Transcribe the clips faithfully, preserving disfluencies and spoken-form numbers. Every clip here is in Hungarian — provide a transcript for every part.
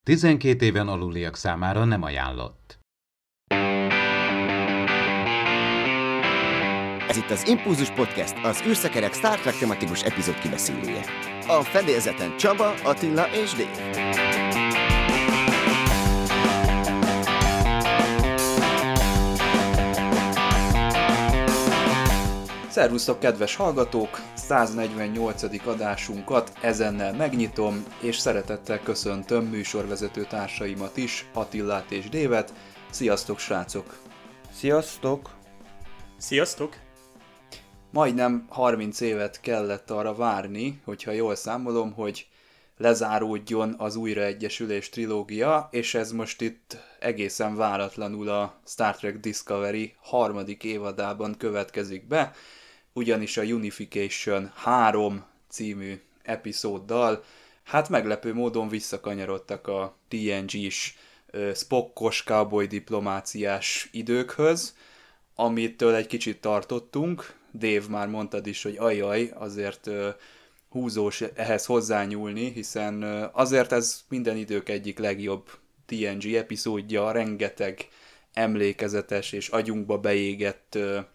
tizenkét éven aluliak számára nem ajánlott. Ez itt az Impulzus Podcast, az űrszekerek Star Trek tematikus epizód kibeszélője. A fedélzeten Csaba, Attila és Dave. Szervusztok, kedves hallgatók! száznegyvennyolcadik adásunkat ezennel megnyitom, és szeretettel köszöntöm műsorvezető társaimat is, Attillát és Dévet. Sziasztok, srácok! Sziasztok! Sziasztok! Majdnem harminc évet kellett arra várni, hogyha jól számolom, hogy lezáródjon az újraegyesülés trilógia, és ez most itt egészen váratlanul a Star Trek Discovery harmadik évadában következik be, ugyanis a Unification három című epizóddal hát meglepő módon visszakanyarodtak a té en gés Spockos cowboy diplomáciás időkhöz, amitől egy kicsit tartottunk. Dave, már mondtad is, hogy ajaj, azért húzós ehhez hozzányúlni, hiszen azért ez minden idők egyik legjobb té en gé epizódja, rengeteg emlékezetes és agyunkba beégett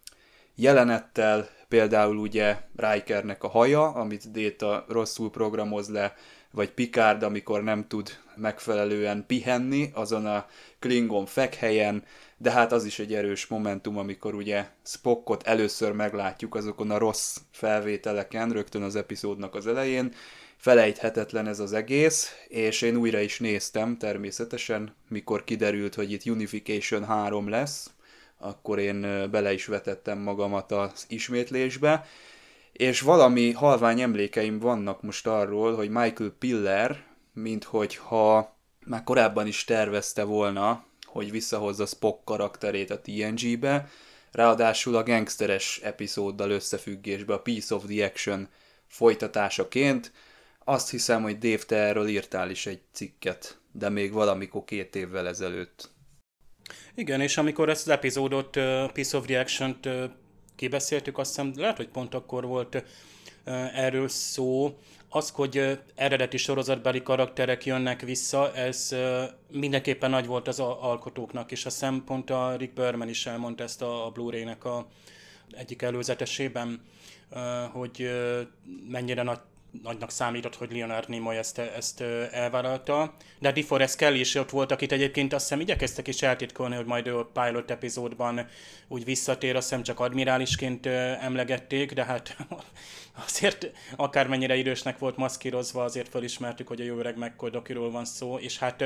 jelenettel, például ugye Rikernek a haja, amit Data rosszul programoz le, vagy Picard, amikor nem tud megfelelően pihenni azon a Klingon fekhelyen, de hát az is egy erős momentum, amikor ugye Spockot először meglátjuk azokon a rossz felvételeken, rögtön az epizódnak az elején. Felejthetetlen ez az egész, és én újra is néztem természetesen, mikor kiderült, hogy itt Unification három lesz, akkor én bele is vetettem magamat az ismétlésbe, és valami halvány emlékeim vannak most arról, hogy Michael Piller, minthogyha már korábban is tervezte volna, hogy visszahozza Spock karakterét a té en gé-be, ráadásul a gangsteres epizóddal összefüggésbe, a Piece of the Action folytatásaként. Azt hiszem, hogy Dave, te erről írtál is egy cikket, de még valamikor két évvel ezelőtt. Igen, és amikor ezt az epizódot, uh, Piece of the Action-t uh, kibeszéltük, azt hiszem, lehet, hogy pont akkor volt uh, erről szó. Az, hogy uh, eredeti sorozatbeli karakterek jönnek vissza, ez uh, mindenképpen nagy volt az alkotóknak, és azt hiszem pont a Rick Berman is elmondta ezt a, a Blu-ray-nek a egyik előzetesében, uh, hogy uh, mennyire nagy nagynak számított, hogy Leonard Nimoy ezt, ezt elvállalta. De DeForest Kelley is ott volt, akit egyébként azt hiszem igyekeztek is eltitkolni, hogy majd a pilot epizódban úgy visszatér, azt hiszem csak admirálisként emlegették, de hát azért akármennyire idősnek volt maszkírozva, azért felismertük, hogy a jó öreg McCoy-dokiról van szó, és hát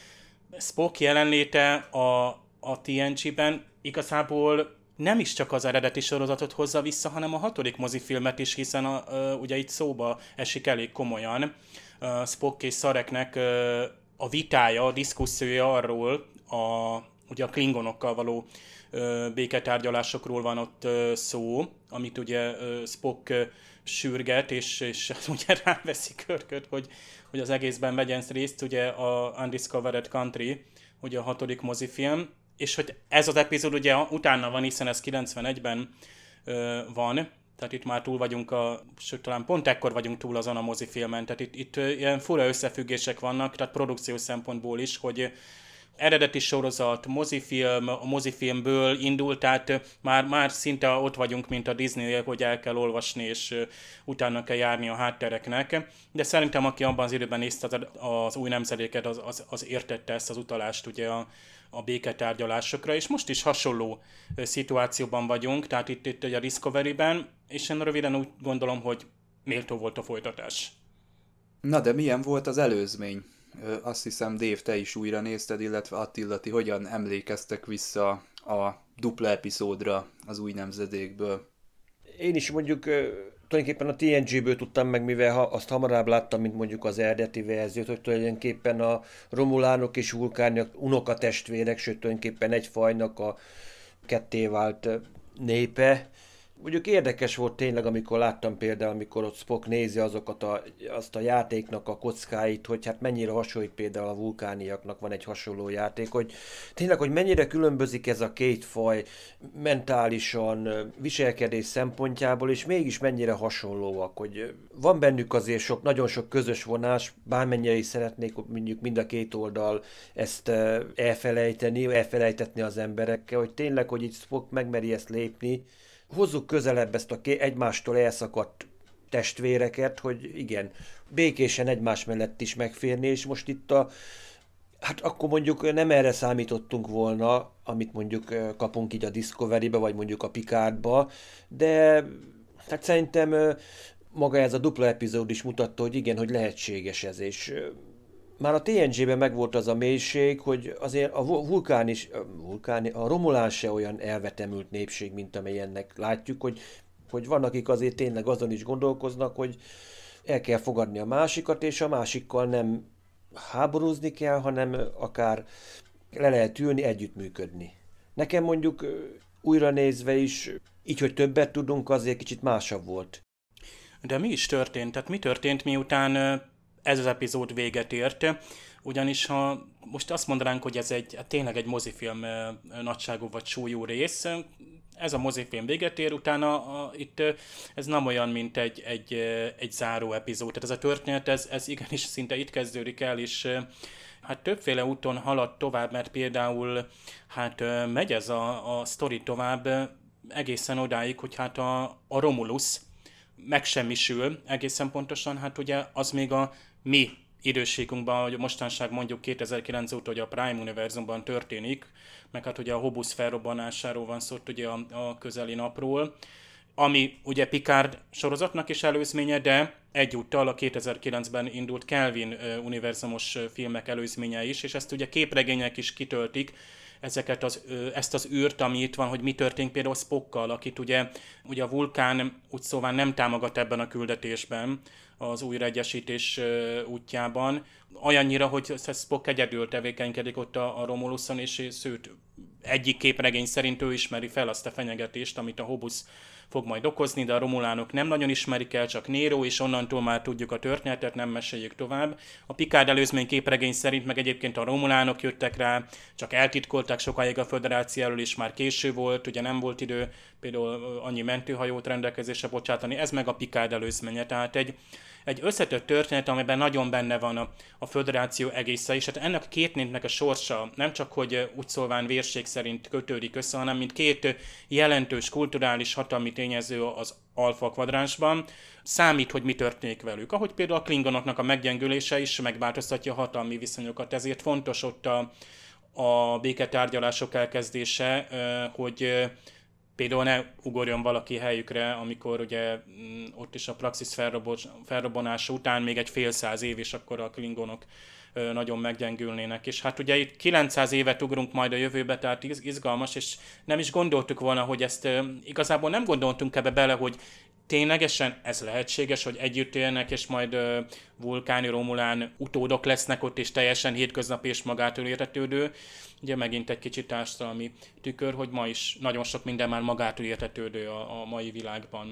Spock jelenléte a, a té en gé-ben igazából nem is csak az eredeti sorozatot hozza vissza, hanem a hatodik mozifilmet is, hiszen a, uh, ugye itt szóba esik elég komolyan uh, Spock és Sareknek uh, a vitája, a diszkusziója arról, a, ugye a klingonokkal való uh, béketárgyalásokról van ott uh, szó, amit ugye uh, Spock uh, sürget, és, és ugye ráveszi Kirköt, hogy, hogy az egészben vegyen részt, ugye a Undiscovered Country, ugye a hatodik mozifilm, és hogy ez az epizód ugye utána van, hiszen ez kilencvenegyben ö, van, tehát itt már túl vagyunk, a, sőt talán pont ekkor vagyunk túl azon a mozifilmen, tehát itt, itt ilyen fura összefüggések vannak, tehát produkciós szempontból is, hogy eredeti sorozat, mozifilm, a mozifilmből indult, tehát már, már szinte ott vagyunk, mint a Disney, hogy el kell olvasni, és utána kell járni a háttereknek. De szerintem, aki abban az időben nézte az, az új nemzedéket, az, az, az értette ezt az utalást ugye a, a béketárgyalásokra, és most is hasonló szituációban vagyunk, tehát itt, itt a Discovery-ben, és én röviden úgy gondolom, hogy méltó volt a folytatás. Na de milyen volt az előzmény? Azt hiszem, Dave, te is újra nézted, illetve Attila, ti hogyan emlékeztek vissza a dupla epizódra az új nemzedékből? Én is mondjuk tulajdonképpen a té en gé-ből tudtam meg, mivel ha, azt hamarabb láttam, mint mondjuk az eredeti verziót, hogy tulajdonképpen a romulánok és vulkánok unokatestvérek, sőt tulajdonképpen egy fajnak a ketté vált népe, Mondjuk érdekes volt tényleg, amikor láttam például, amikor ott Spock nézi azokat a, azt a játéknak a kockáit, hogy hát mennyire hasonlít például a vulkániaknak van egy hasonló játék, hogy tényleg, hogy mennyire különbözik ez a két faj mentálisan, viselkedés szempontjából, és mégis mennyire hasonlóak, hogy van bennük azért sok, nagyon sok közös vonás, bármennyire is szeretnék mondjuk mind a két oldal ezt elfelejteni, elfelejtetni az emberekkel, hogy tényleg, hogy így Spock megmeri ezt lépni, hozzuk közelebb ezt a egymástól elszakadt testvéreket, hogy igen, békésen egymás mellett is megférni, és most itt a, hát akkor mondjuk nem erre számítottunk volna, amit mondjuk kapunk így a Discovery-be, vagy mondjuk a Picardba, de hát szerintem maga ez a dupla epizód is mutatta, hogy igen, hogy lehetséges ez, és már a té en gé-ben megvolt az a mélység, hogy azért a vulkán is, a, vulkán, a Romulán se olyan elvetemült népség, mint amelyennek látjuk, hogy, hogy van, akik azért tényleg azon is gondolkoznak, hogy el kell fogadni a másikat, és a másikkal nem háborúzni kell, hanem akár le lehet ülni, együttműködni. Nekem mondjuk újra nézve is, így, hogy többet tudunk, azért kicsit másabb volt. De mi is történt? Tehát mi történt, miután ez az epizód véget ért, ugyanis ha most azt mondanánk, hogy ez egy tényleg egy mozifilm nagyságú vagy súlyú rész, ez a mozifilm véget ér, utána a, itt ez nem olyan, mint egy, egy, egy záró epizód. Tehát ez a történet, ez, ez igenis szinte itt kezdődik el, és hát többféle úton halad tovább, mert például hát megy ez a, a sztori tovább egészen odáig, hogy hát a, a Romulus megsemmisül, egészen pontosan, hát ugye az még a mi időségünkben, hogy mostanság mondjuk kétezer-kilenc óta, hogy a Prime univerzumban történik, meg hát ugye a Hobus felrobbanásáról van szó, ugye a, a közeli napról, ami ugye Picard sorozatnak is előzménye, de egyúttal a kétezer-kilencben indult Kelvin univerzumos filmek előzménye is, és ezt ugye képregények is kitöltik, ezeket az, ezt az űrt, ami itt van, hogy mi történt például Spockkal, akit ugye, ugye a vulkán úgy szóval nem támogat ebben a küldetésben, az újraegyesítés útjában. Olyannyira, hogy Spock egyedül tevékenykedik ott a, a Romuluson, és szőt egyik képregény szerint ő ismeri fel azt a fenyegetést, amit a Hobus fog majd okozni, de a romulánok nem nagyon ismerik el, csak Nero, és onnantól már tudjuk a történetet, nem meséljük tovább. A Picard előzmény képregény szerint meg egyébként a romulánok jöttek rá, csak eltitkolták sokáig a föderáció elől, és már késő volt, ugye nem volt idő például annyi mentőhajót rendelkezésre bocsátani, ez meg a Picard előzménye, tehát egy egy összetett történet, amiben nagyon benne van a, a föderáció egésze, és hát ennek a két népnek a sorsa nem csak, hogy úgy szólván vérség szerint kötődik össze, hanem mint két jelentős kulturális hatalmi tényező az alfa kvadránsban, számít, hogy mi történik velük. Ahogy például a klingonoknak a meggyengülése is megváltoztatja a hatalmi viszonyokat, ezért fontos ott a, a béketárgyalások elkezdése, hogy például ne ugorjon valaki helyükre, amikor ugye ott is a Praxis felrobbanása után még egy fél száz év, és akkor a klingonok nagyon meggyengülnének. És hát ugye itt kilencszáz évet ugrunk majd a jövőbe, tehát izgalmas, és nem is gondoltuk volna, hogy ezt igazából nem gondoltunk ebbe bele, hogy ténylegesen ez lehetséges, hogy együtt élnek, és majd uh, vulkáni romulán utódok lesznek ott, és teljesen hétköznapi és magától értetődő. Ugye megint egy kicsit társadalmi tükör, hogy ma is nagyon sok minden már magától értetődő a, a mai világban.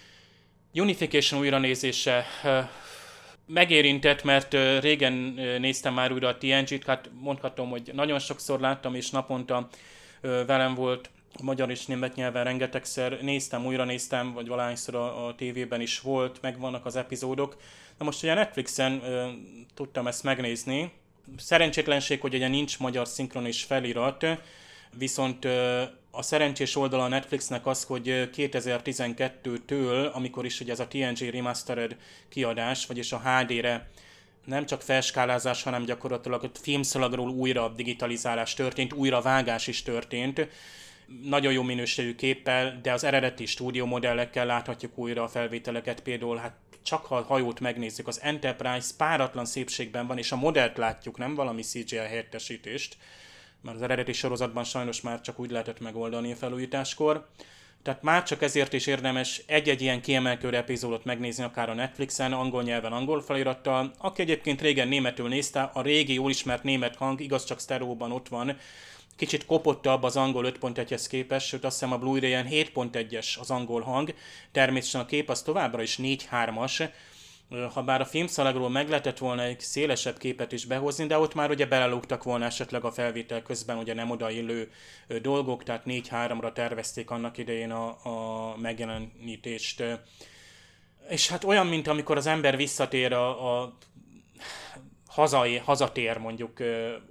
Unification újranézése uh, megérintett, mert uh, régen uh, néztem már újra a té en gét, hát mondhatom, hogy nagyon sokszor láttam, és naponta uh, velem volt magyar és német nyelven rengetegszer néztem, újra néztem, vagy valahányszor a, a tévében is volt, megvannak az epizódok. Na most ugye Netflixen ö, tudtam ezt megnézni. Szerencsétlenség, hogy ugye nincs magyar szinkronis felirat, viszont ö, a szerencsés oldala a Netflixnek az, hogy kétezer-tizenkettőtől, amikor is ugye ez a té en gé Remastered kiadás, vagyis a há dére nem csak felskálázás, hanem gyakorlatilag a filmszalagról újra digitalizálás történt, újra vágás is történt. Nagyon jó minőségű képpel, de az eredeti stúdiómodellekkel láthatjuk újra a felvételeket, például hát csak ha a hajót megnézzük, az Enterprise páratlan szépségben van, és a modellt látjuk, nem valami cé gé i helyettesítést, mert az eredeti sorozatban sajnos már csak úgy lehetett megoldani a felújításkor. Tehát már csak ezért is érdemes egy-egy ilyen kiemelkedő epizódot megnézni, akár a Netflixen, angol nyelven, angol felirattal. Aki egyébként régen németül nézte, a régi, jól ismert német hang, igaz csak sztereóban ott van, kicsit kopottabb az angol öt pont egyhez képest, sőt azt hiszem a Blu-ray-en hét pont egyes az angol hang, természetesen a kép az továbbra is négy hármas, ha bár a filmszalagról meg lehetett volna egy szélesebb képet is behozni, de ott már ugye belelógtak volna esetleg a felvétel közben ugye nem odaillő dolgok, tehát négy háromra tervezték annak idején a, a megjelenítést. És hát olyan, mint amikor az ember visszatér a, a hazai, hazatér mondjuk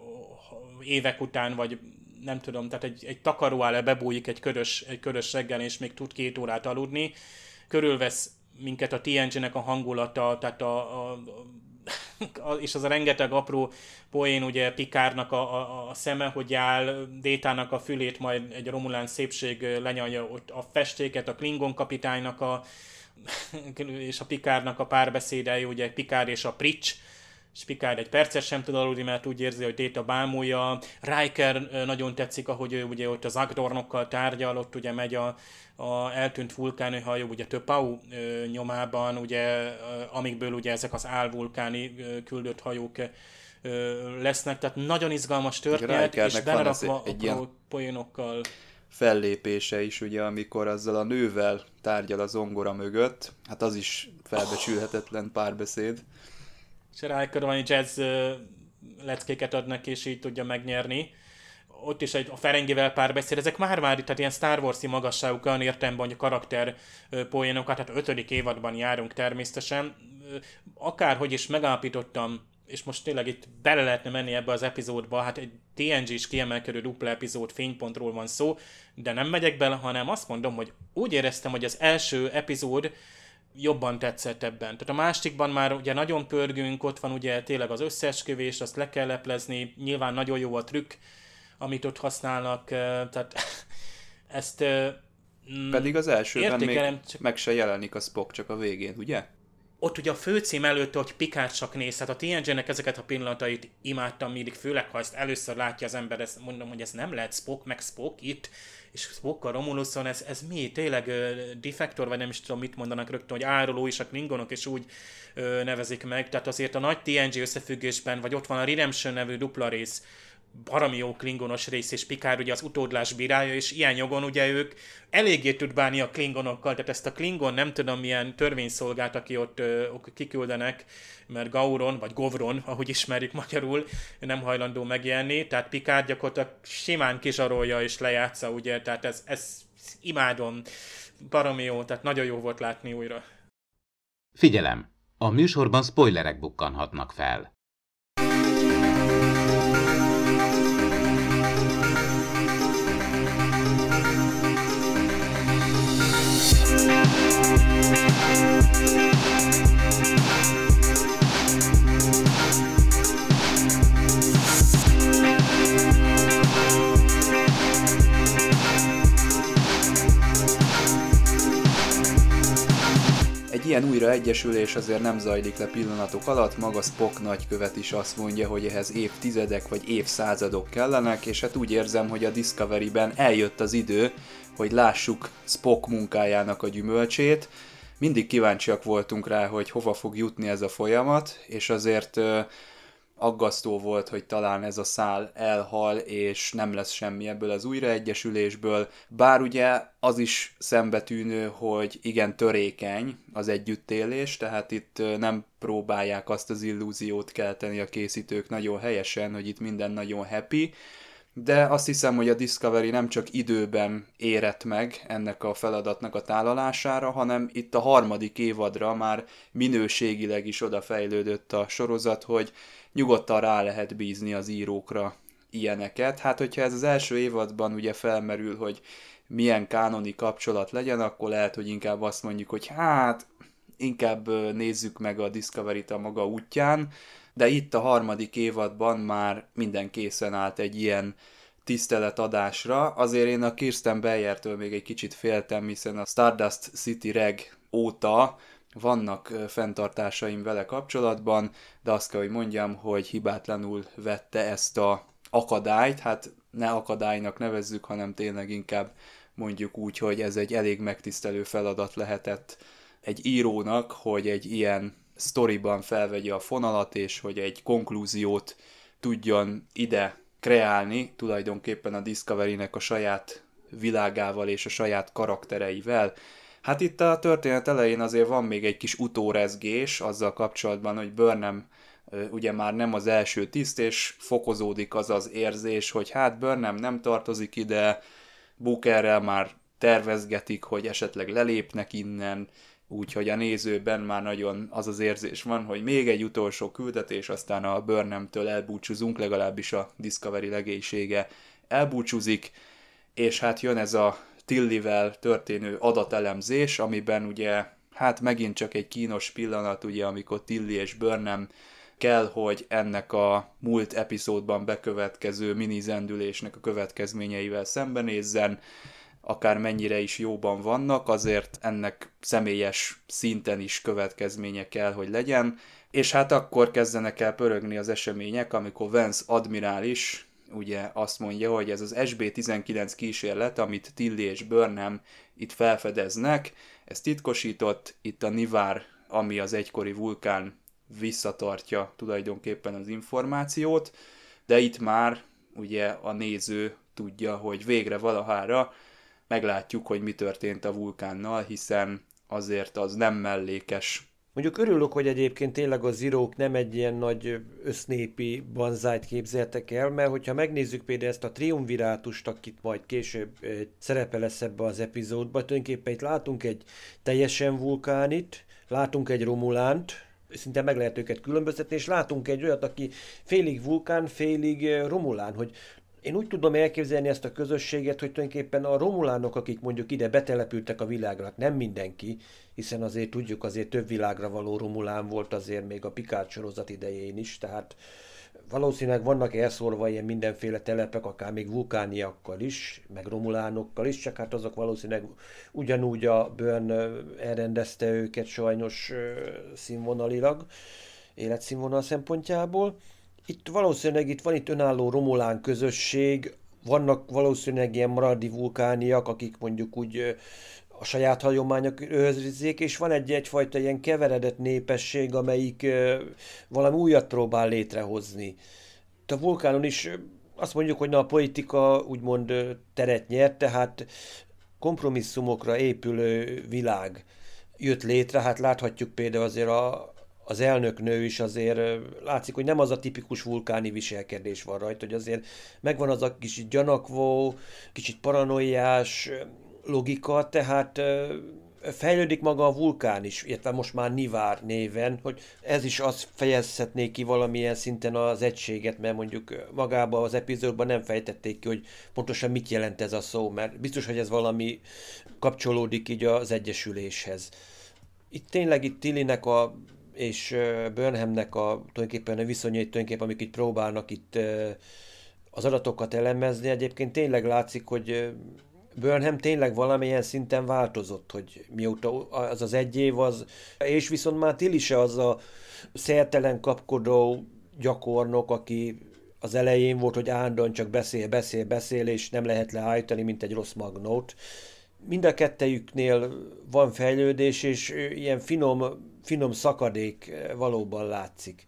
évek után, vagy nem tudom, tehát egy, egy takaró alá bebújik egy körös, egy körös reggel, és még tud két órát aludni, körülvesz minket a té en gé-nek a hangulata, tehát a, a, a, és az a rengeteg apró poén, ugye Picardnak a, a, a szeme, hogy áll, Détának a fülét, majd egy romulán szépség lenyalja ott a festéket, a Klingon kapitánynak a és a Picardnak a párbeszédei, ugye Picard és a Pritch, és Picard egy percet sem tud aludni, mert úgy érzi, hogy Data bámulja. Riker nagyon tetszik, ahogy ő ugye ott az Agdornokkal tárgyal, ott ugye megy a, a eltűnt vulkáni hajó, ugye T'Pau nyomában, ugye, amikből ugye ezek az álvulkáni küldött hajók lesznek, tehát nagyon izgalmas történet, és belerakva egy apró poénokkal. Fellépése is, ugye, amikor azzal a nővel tárgyal a zongora mögött, hát az is felbecsülhetetlen párbeszéd. És Riker van egy jazz leckéket ad neki, és így tudja megnyerni. Ott is egy, a Ferengivel párbeszéd, ezek már-már, tehát ilyen Star Wars-i magasságuk olyan értelemben, hogy a karakter poénokat, tehát ötödik évadban járunk természetesen. Akárhogy is megállapítottam, és most tényleg itt bele lehetne menni ebbe az epizódba, hát egy té en gés kiemelkedő dupla epizód, fénypontról van szó, de nem megyek bele, hanem azt mondom, hogy úgy éreztem, hogy az első epizód jobban tetszett ebben. Tehát a másikban már ugye nagyon pörgünk, ott van ugye tényleg az összeesküvés, azt le kell leplezni, nyilván nagyon jó a trükk, amit ott használnak, tehát ezt pedig az elsőben még csak... meg se jelenik a Spock, csak a végén, ugye? Ott ugye a főcím előtt, hogy Picard csak néz, hát a té en gé-nek ezeket a pillanatait imádtam mindig, főleg ha ezt először látja az ember, ezt mondom, hogy ez nem lehet Spock, meg Spock itt, és Spock a Romuluson, ez, ez mi? Tényleg uh, defektor, vagy nem is tudom mit mondanak rögtön, hogy áruló is a Klingonok, és úgy uh, nevezik meg, tehát azért a nagy té en gé összefüggésben, vagy ott van a Redemption nevű dupla rész, baromi jó klingonos rész, és Picard ugye az utódlás bírálja, és ilyen jogon ugye ők eléggé tud bánni a klingonokkal, tehát ezt a klingon nem tudom milyen törvényszolgát, aki ott ö, kiküldenek, mert Gauron, vagy Govron, ahogy ismerjük magyarul, nem hajlandó megjelenni, tehát Picard gyakorlatilag simán kizsarolja és lejátsza, ugye, tehát ez, ez imádom, baromi jó, tehát nagyon jó volt látni újra. Figyelem! A műsorban spoilerek bukkanhatnak fel. Egy ilyen újraegyesülés azért nem zajlik le pillanatok alatt, maga Spock nagykövet is azt mondja, hogy ehhez évtizedek vagy évszázadok kellenek, és hát úgy érzem, hogy a Discovery-ben eljött az idő, hogy lássuk Spock munkájának a gyümölcsét. Mindig kíváncsiak voltunk rá, hogy hova fog jutni ez a folyamat, és azért ö, aggasztó volt, hogy talán ez a szál elhal, és nem lesz semmi ebből az újraegyesülésből, bár ugye az is szembetűnő, hogy igen törékeny az együttélés, tehát itt nem próbálják azt az illúziót kelteni a készítők nagyon helyesen, hogy itt minden nagyon happy, de azt hiszem, hogy a Discovery nem csak időben érett meg ennek a feladatnak a tálalására, hanem itt a harmadik évadra már minőségileg is odafejlődött a sorozat, hogy nyugodtan rá lehet bízni az írókra ilyeneket. Hát, hogyha ez az első évadban ugye felmerül, hogy milyen kánoni kapcsolat legyen, akkor lehet, hogy inkább azt mondjuk, hogy hát inkább nézzük meg a Discovery-t a maga útján, de itt a harmadik évadban már minden készen állt egy ilyen tiszteletadásra. Azért én a Kirsten Beyertől még egy kicsit féltem, hiszen a Stardust City Reg óta vannak fenntartásaim vele kapcsolatban, de azt kell, hogy mondjam, hogy hibátlanul vette ezt a akadályt, hát ne akadálynak nevezzük, hanem tényleg inkább mondjuk úgy, hogy ez egy elég megtisztelő feladat lehetett egy írónak, hogy egy ilyen sztoriban felvegye a fonalat, és hogy egy konklúziót tudjon ide kreálni tulajdonképpen a Discovery-nek a saját világával és a saját karaktereivel. Hát itt a történet elején azért van még egy kis utórezgés azzal kapcsolatban, hogy Burnham ugye már nem az első tiszt, és fokozódik az az érzés, hogy hát Burnham nem tartozik ide, Bookerrel már tervezgetik, hogy esetleg lelépnek innen, úgyhogy a nézőben már nagyon az az érzés van, hogy még egy utolsó küldetés, aztán a Burnhamtől elbúcsúzunk, legalábbis a Discovery legénysége elbúcsúzik, és hát jön ez a Tillyvel történő adatelemzés, amiben ugye, hát megint csak egy kínos pillanat, ugye, amikor Tilly és Burnham kell, hogy ennek a múlt epizódban bekövetkező minizendülésnek a következményeivel szembenézzen, akár mennyire is jóban vannak, azért ennek személyes szinten is következménye kell, hogy legyen, és hát akkor kezdenek el pörögni az események, amikor Vance admirális ugye azt mondja, hogy ez az es bé tizenkilenc kísérlet, amit Tilly és Burnham itt felfedeznek, ez titkosított, itt a Nivar, ami az egykori vulkán, visszatartja tulajdonképpen az információt, de itt már ugye a néző tudja, hogy végre valahára meglátjuk, hogy mi történt a vulkánnal, hiszen azért az nem mellékes. Mondjuk örülök, hogy egyébként tényleg a Zero-k nem egy ilyen nagy össznépi banzájt képzeltek el, mert hogyha megnézzük például ezt a triumvirátust, akit majd később szerepe lesz ebbe az epizódban, tulajdonképpen itt látunk egy teljesen vulkánit, látunk egy Romulánt, szinte meg lehet őket különböztetni, és látunk egy olyat, aki félig vulkán, félig Romulán, hogy én úgy tudom elképzelni ezt a közösséget, hogy tulajdonképpen a romulánok, akik mondjuk ide betelepültek a világra, nem mindenki, hiszen azért tudjuk, azért több világra való romulán volt azért még a Picard sorozat idején is, tehát valószínűleg vannak elszórva ilyen mindenféle telepek, akár még vulkániakkal is, meg romulánokkal is, csak hát azok valószínűleg ugyanúgy a Burn elrendezte őket sajnos színvonalilag, életszínvonal szempontjából. Itt valószínűleg itt van itt önálló romulán közösség, vannak valószínűleg ilyen maradi vulkániak, akik mondjuk úgy a saját hagyományok őrizzék, és van egy egyfajta ilyen keveredett népesség, amelyik valami újat próbál létrehozni. A vulkánon is azt mondjuk, hogy na, a politika úgymond teret nyert, tehát kompromisszumokra épülő világ jött létre, hát láthatjuk például azért a az elnöknő is azért látszik, hogy nem az a tipikus vulkáni viselkedés van rajta, hogy azért megvan az a kicsit gyanakvó, kicsit paranoiás logika, tehát fejlődik maga a vulkán is, illetve most már Nivar néven, hogy ez is azt fejezhetné ki valamilyen szinten az egységet, mert mondjuk magában az epizódban nem fejtették ki, hogy pontosan mit jelent ez a szó, mert biztos, hogy ez valami kapcsolódik így az egyesüléshez. Itt tényleg itt Tillynek a és Burnhamnek a tulajdonképpen a viszonyait, tulajdonképpen, amik itt próbálnak itt az adatokat elemezni, egyébként tényleg látszik, hogy Burnham tényleg valamilyen szinten változott, hogy mióta az az egy év az, és viszont már Tilly se az a szertelen kapkodó gyakornok, aki az elején volt, hogy állandóan csak beszél, beszél, beszél, és nem lehet leállítani, mint egy rossz magnót. Mind a kettejüknél van fejlődés, és ilyen finom, finom szakadék valóban látszik.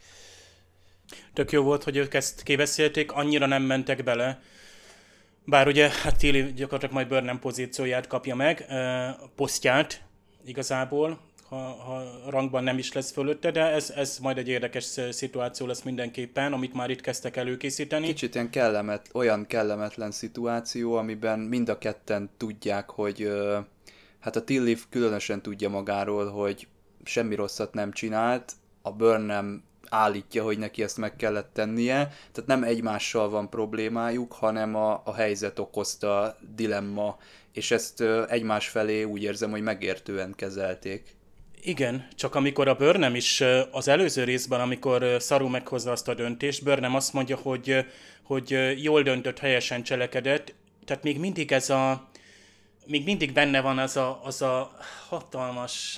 Tök jó volt, hogy ők ezt kibeszélték, annyira nem mentek bele. Bár ugye hát Tilly gyakorlatilag majd Burnham pozícióját kapja meg, posztját igazából, ha, ha rangban nem is lesz fölötte, de ez, ez majd egy érdekes szituáció lesz mindenképpen, amit már itt kezdtek előkészíteni. Kicsit ilyen kellemet, olyan kellemetlen szituáció, amiben mind a ketten tudják, hogy hát a Tilly különösen tudja magáról, hogy semmi rosszat nem csinált, a Burnham állítja, hogy neki ezt meg kellett tennie, tehát nem egymással van problémájuk, hanem a, a helyzet okozta dilemma, és ezt egymás felé úgy érzem, hogy megértően kezelték. Igen, csak amikor a Burnham is az előző részben, amikor Saru meghozza azt a döntést, Burnham azt mondja, hogy, hogy jól döntött, helyesen cselekedett, tehát még mindig ez a, még mindig benne van az a, az a hatalmas,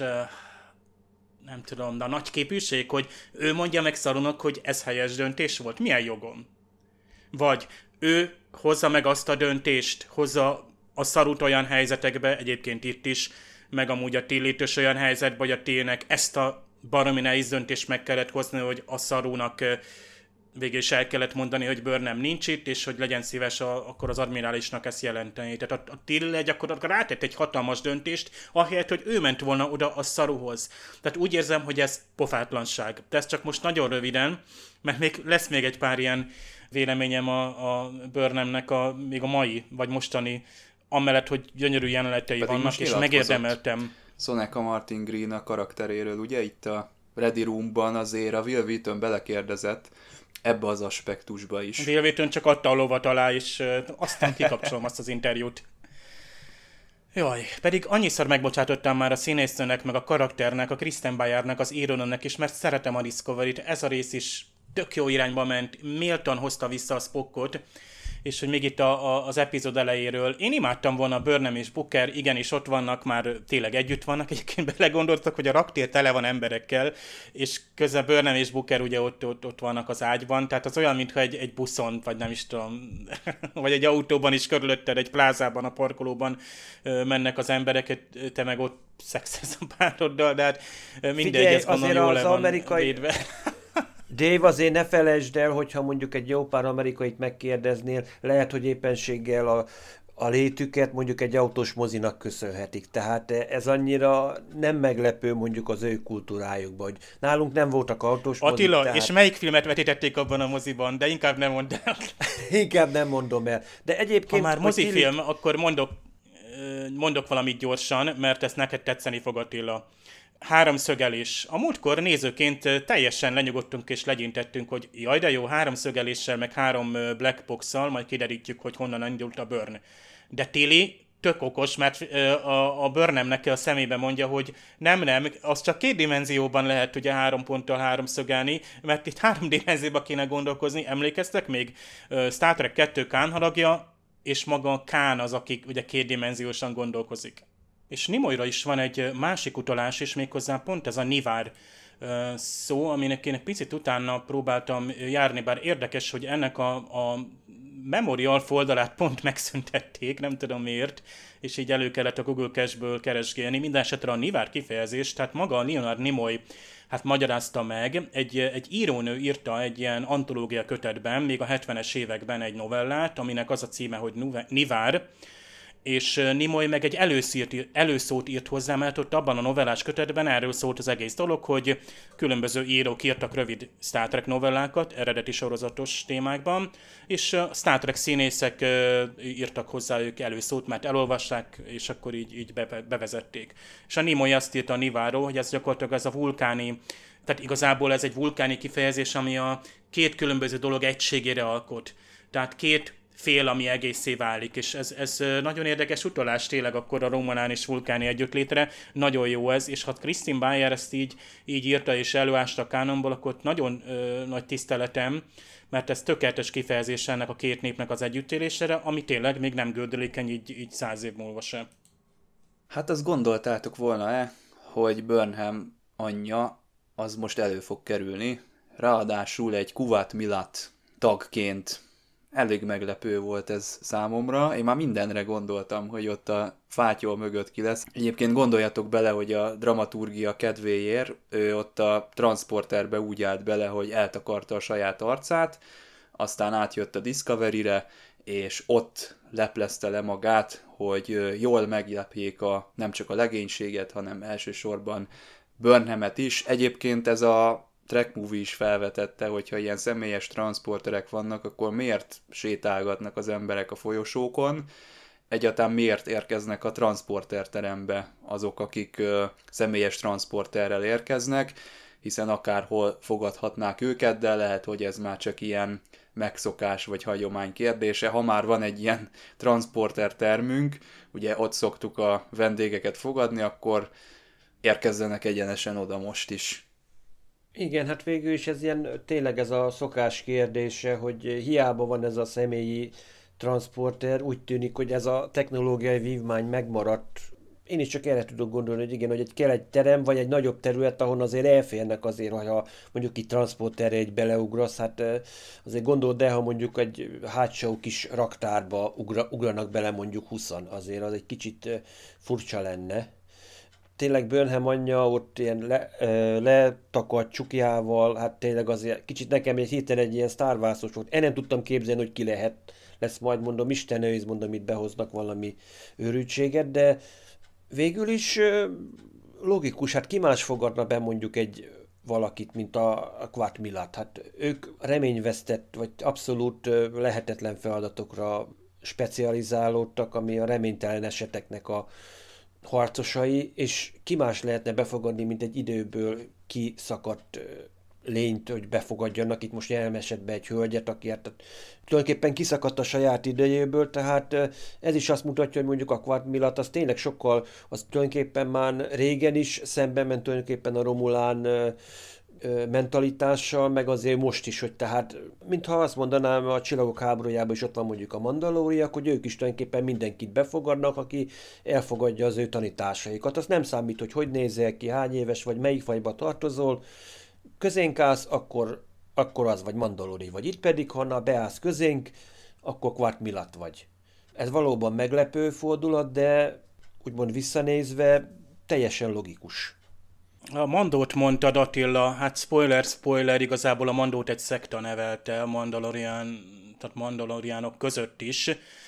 nem tudom, de a nagy képűség, hogy ő mondja meg Sarunak, hogy ez helyes döntés volt. Milyen jogom? Vagy ő hozza meg azt a döntést, hozza a Sarut olyan helyzetekbe, egyébként itt is, meg amúgy a Tillyt is olyan helyzetbe, hogy a Tillynek ezt a baromi nehéz döntést meg kellett hozni, hogy a Sarunak végül is el kellett mondani, hogy Burnham nincs itt, és hogy legyen szíves a, akkor az admirálisnak ezt jelenteni. Tehát a, a Till gyakorlatilag rátett egy hatalmas döntést, ahelyett, hogy ő ment volna oda a Saruhoz. Tehát úgy érzem, hogy ez pofátlanság. De ez csak most nagyon röviden, mert még lesz még egy pár ilyen véleményem a, a Burnhamnek a, még a mai, vagy mostani, amellett, hogy gyönyörű jelenetei Pedig vannak, és megérdemeltem. Soneca Martin Green a karakteréről, ugye itt a Ready Roomban azért a Will Wheaton belekérdezett ebbe az aspektusba is. Will Wheaton csak adta a lovat alá, és uh, aztán kikapcsolom azt az interjút. Jaj, pedig annyiszor megbocsátottam már a színésznőnek, meg a karakternek, a Kristen Bayernek, az írónőnek is, mert szeretem a Discovery-t, ez a rész is tök jó irányba ment, méltan hozta vissza a Spockot, és hogy még itt a, a, az epizód elejéről. Én imádtam volna Burnham és Booker, igenis ott vannak, már tényleg együtt vannak, egyébként belegondoltak, hogy a raktér tele van emberekkel, és közben Burnham és Booker ugye ott, ott, ott vannak az ágyban, tehát az olyan, mintha egy, egy buszon, vagy nem is tudom, vagy egy autóban is körülötted, egy plázában, a parkolóban mennek az emberek, te meg ott szexelsz a pároddal, de hát mindegy, ez gondolom jól le van amerikai... védve. Dave, azért ne felejtsd el, hogyha mondjuk egy jó pár amerikait megkérdeznél, lehet, hogy éppenséggel a, a létüket mondjuk egy autós mozinak köszönhetik. Tehát ez annyira nem meglepő mondjuk az ő kultúrájukban, hogy nálunk nem voltak autós mozik. Attila, tehát... és melyik filmet vetítették abban a moziban? De inkább nem mondd el. Inkább nem mondom el. De egyébként... Ha már mozifilm, Attila... akkor mondok, mondok valamit gyorsan, mert ezt neked tetszeni fog, Attila. Háromszögelés. A múltkor nézőként teljesen lenyugodtunk és legyintettünk, hogy jaj de jó, háromszögeléssel, meg három black box-szal, majd kiderítjük, hogy honnan indult a Burn. De Tilly tök okos, mert a, a Burnhamnek a szemébe mondja, hogy nem, nem, az csak két dimenzióban lehet ugye három ponttal háromszögelni, mert itt három dimenzióban kéne gondolkozni. Emlékeztek még? Star Trek kettő Khan haragja, és maga Khan az, aki ugye kétdimenziósan gondolkozik. És Nimoyra is van egy másik utalás, és méghozzá pont ez a Nivár szó, aminek én egy picit utána próbáltam járni, bár érdekes, hogy ennek a, a Memorial foldalát pont megszüntették, nem tudom miért, és így elő kellett a Google Cache-ből keresgélni. Minden esetre a Nivár kifejezés, tehát maga a Leonard Nimoy hát magyarázta meg, egy, egy írónő írta egy ilyen antológia kötetben, még a hetvenes években egy novellát, aminek az a címe, hogy Nivár, és Nimoy meg egy előszírt, előszót írt hozzá, mert ott abban a novellás kötetben erről szólt az egész dolog, hogy különböző írók írtak rövid Star Trek novellákat, eredeti sorozatos témákban, és Star Trek színészek írtak hozzá ők előszót, mert elolvasták, és akkor így, így bevezették. És a Nimoy azt írta a Niváról, hogy ez gyakorlatilag ez a vulkáni, tehát igazából ez egy vulkáni kifejezés, ami a két különböző dolog egységére alkot. Tehát két fél, ami egészé válik, és ez, ez nagyon érdekes utalás tényleg akkor a romanán és vulkáni együttlétre, nagyon jó ez, és ha Kristen Bayer ezt így, így írta és előásta a kánonból, akkor nagyon ö, nagy tiszteletem, mert ez tökéletes kifejezés ennek a két népnek az együttélésére, ami tényleg még nem gördülékeny így, így száz év múlva sem. Hát azt gondoltátok volna-e, hogy Burnham anyja az most elő fog kerülni, ráadásul egy Kuvat Milat tagként. Elég meglepő volt ez számomra. Én már mindenre gondoltam, hogy ott a fátyol mögött ki lesz. Egyébként gondoljatok bele, hogy a dramaturgia kedvéért ő ott a transporterbe úgy állt bele, hogy eltakarta a saját arcát, aztán átjött a Discovery-re, és ott leplezte le magát, hogy jól meglepjék a, nem csak a legénységet, hanem elsősorban Burnhamet is. Egyébként ez a Trek Movie is felvetette, hogyha ilyen személyes transporterek vannak, akkor miért sétálgatnak az emberek a folyosókon? Egyáltalán miért érkeznek a transporterterembe azok, akik ö, személyes transporterrel érkeznek, hiszen akárhol fogadhatnák őket, de lehet, hogy ez már csak ilyen megszokás vagy hagyomány kérdése. Ha már van egy ilyen transporter termünk, ugye ott szoktuk a vendégeket fogadni, akkor érkezzenek egyenesen oda most is. Igen, hát végül is ez ilyen, tényleg ez a szokás kérdése, hogy hiába van ez a személyi transporter, úgy tűnik, hogy ez a technológiai vívmány megmaradt. Én is csak erre tudok gondolni, hogy igen, hogy egy, kell egy terem, vagy egy nagyobb terület, ahon azért elférnek azért, ha mondjuk itt transporterre egy beleugrasz, hát azért gondold el, ha mondjuk egy hátsó kis raktárba ugra, ugranak bele mondjuk huszan, azért az egy kicsit furcsa lenne. tényleg Burnham anyja ott ilyen le, ö, letakadt csukjával, hát tényleg azért kicsit nekem egy hirtelen egy ilyen Star Wars-os volt. Én nem tudtam képzelni, hogy ki lehet, lesz majd mondom, Isten őriz, mondom, itt behoznak valami őrültséget, de végül is ö, logikus, hát ki más fogadna be mondjuk egy valakit, mint a Quart Millat. Hát ők reményvesztett, vagy abszolút ö, lehetetlen feladatokra specializálódtak, ami a reménytelen eseteknek a harcosai, és ki más lehetne befogadni, mint egy időből kiszakadt lényt, hogy befogadjanak. Itt most jelen esetben egy hölgyet, aki hát tulajdonképpen kiszakadt a saját idejéből, tehát ez is azt mutatja, hogy mondjuk a Quart Millat az tényleg sokkal, az tulajdonképpen már régen is szemben ment tulajdonképpen a Romulán mentalitással, meg azért most is, hogy tehát, mintha azt mondanám, a Csillagok háborújában is ott van mondjuk a mandalóriak, hogy ők is tulajdonképpen mindenkit befogadnak, aki elfogadja az ő tanításaikat. Az nem számít, hogy hogy nézel ki, hány éves vagy, melyik fajba tartozol, közénk állsz, akkor, akkor az vagy mandalóri vagy. Itt pedig, ha beállsz közénk, akkor Quart Millat vagy. Ez valóban meglepő fordulat, de úgymond visszanézve teljesen logikus. A Mandót mondtad, Attila, hát spoiler, spoiler, igazából a Mandót egy szekta nevelte a Mandalorian, tehát Mandalorianok között is,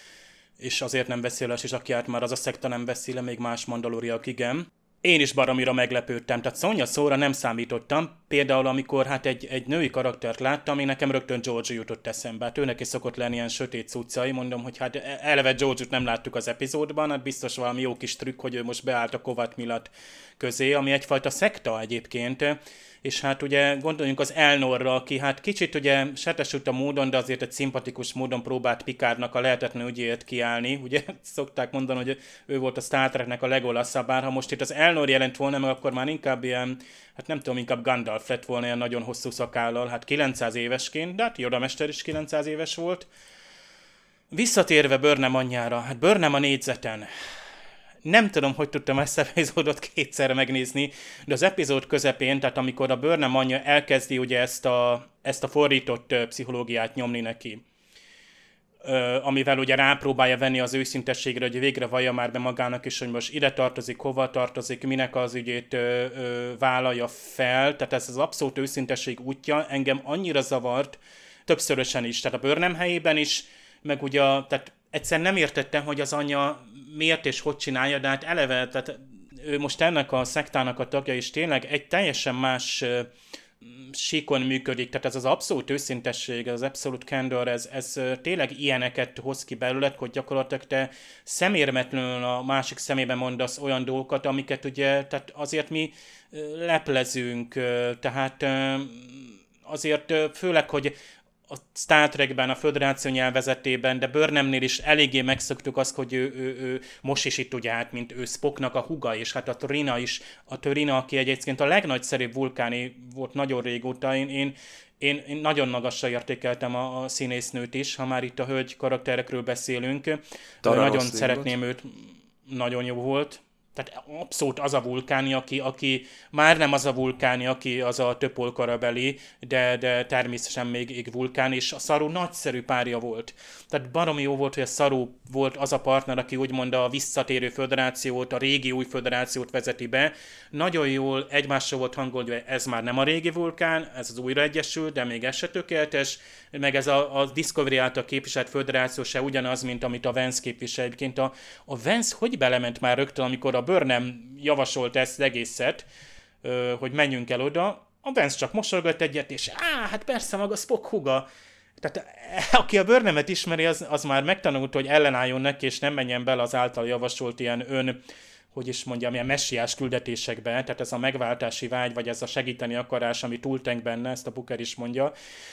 és azért nem beszél is, aki át már az a szekta nem beszél, még más mandaloriak igen. Én is baromira meglepődtem, tehát Sonya szóra nem számítottam, például amikor hát egy, egy női karaktert láttam, én nekem rögtön Georgiou jutott eszembe, hát őnek is szokott lenni ilyen sötét cuccai, mondom, hogy hát eleve Georgiou-t nem láttuk az epizódban, hát biztos valami jó kis trükk, hogy ő most beállt a Quart Millat közé, ami egyfajta szekta egyébként, és hát ugye gondoljunk az Elnorra, aki hát kicsit ugye setesült a módon, de azért egy szimpatikus módon próbált Picardnak a lehetetlen ügyéért kiállni. Ugye szokták mondani, hogy ő volt a Star Treknek a Legolasza, bár ha most itt az Elnor jelent volna, meg akkor már inkább ilyen, hát nem tudom, inkább Gandalf lett volna ilyen nagyon hosszú szakállal, hát kilencszáz évesként, de hát Yoda mester is kilencszáz éves volt. Visszatérve Burnham anyjára, hát Burnham a négyzeten. Nem tudom, hogy tudtam ezt az epizódot kétszer megnézni, de az epizód közepén, tehát amikor a Burnham anyja elkezdi ugye ezt a, ezt a fordított pszichológiát nyomni neki, amivel ugye rápróbálja venni az őszintességre, hogy végre vallja már be magának is, hogy most ide tartozik, hova tartozik, minek az ügyét ö, ö, vállalja fel, tehát ez az abszolút őszintesség útja engem annyira zavart, többszörösen is, tehát a Burnham helyében is, meg ugye, tehát egyszerűen nem értettem, hogy az anyja miért és hogy csinálja, de hát eleve, tehát ő most ennek a szektának a tagja, és tényleg egy teljesen más uh, síkon működik, tehát ez az abszolút őszintesség, az abszolút candor, ez, ez uh, tényleg ilyeneket hoz ki belőled, hogy gyakorlatilag te szemérmetlenül a másik szemében mondasz olyan dolgokat, amiket ugye, tehát azért mi uh, leplezünk, uh, tehát uh, azért uh, főleg, hogy a Star Trekben, a Föderáció nyelvezetében, de Burnhamnél is eléggé megszoktuk azt, hogy ő, ő, ő most is itt ugye hát, mint ő Spocknak a húga, és hát a Torina is, a Torina, aki egyébként a legnagyszerűbb vulkáni volt nagyon régóta, én, én, én, én nagyon magasra értékeltem a, a színésznőt is, ha már itt a hölgy karakterekről beszélünk. Nagyon szeretném őt, nagyon jó volt. Tehát abszolút az a vulkáni, aki, aki már nem az a vulkáni, aki az a töpolkarabeli, de, de természetesen még, még vulkán, és a Saru nagyszerű párja volt. Tehát baromi jó volt, hogy a Saru volt az a partner, aki úgymond a visszatérő föderációt, a régi új föderációt vezeti be. Nagyon jól egymásra volt hangolva, hogy ez már nem a régi vulkán, ez az újraegyesült, de még ez se tökéletes, meg ez a, a Discovery által képviselt föderáció se ugyanaz, mint amit a Vance képvisel. Egyébként a, a Vance hogy belement már rögtön, amikor a Burnham javasolt ezt egészet, hogy menjünk el oda, a Vance csak mosolygott egyet, és á, hát persze maga Spock húga. Tehát aki a Burnhamet ismeri, az, az már megtanult, hogy ellenálljon neki, és nem menjen bele az által javasolt ilyen ön, hogy is mondjam, ilyen messiás küldetésekbe, tehát ez a megváltási vágy, vagy ez a segíteni akarás, ami túltenk benne, ezt a Booker is mondja.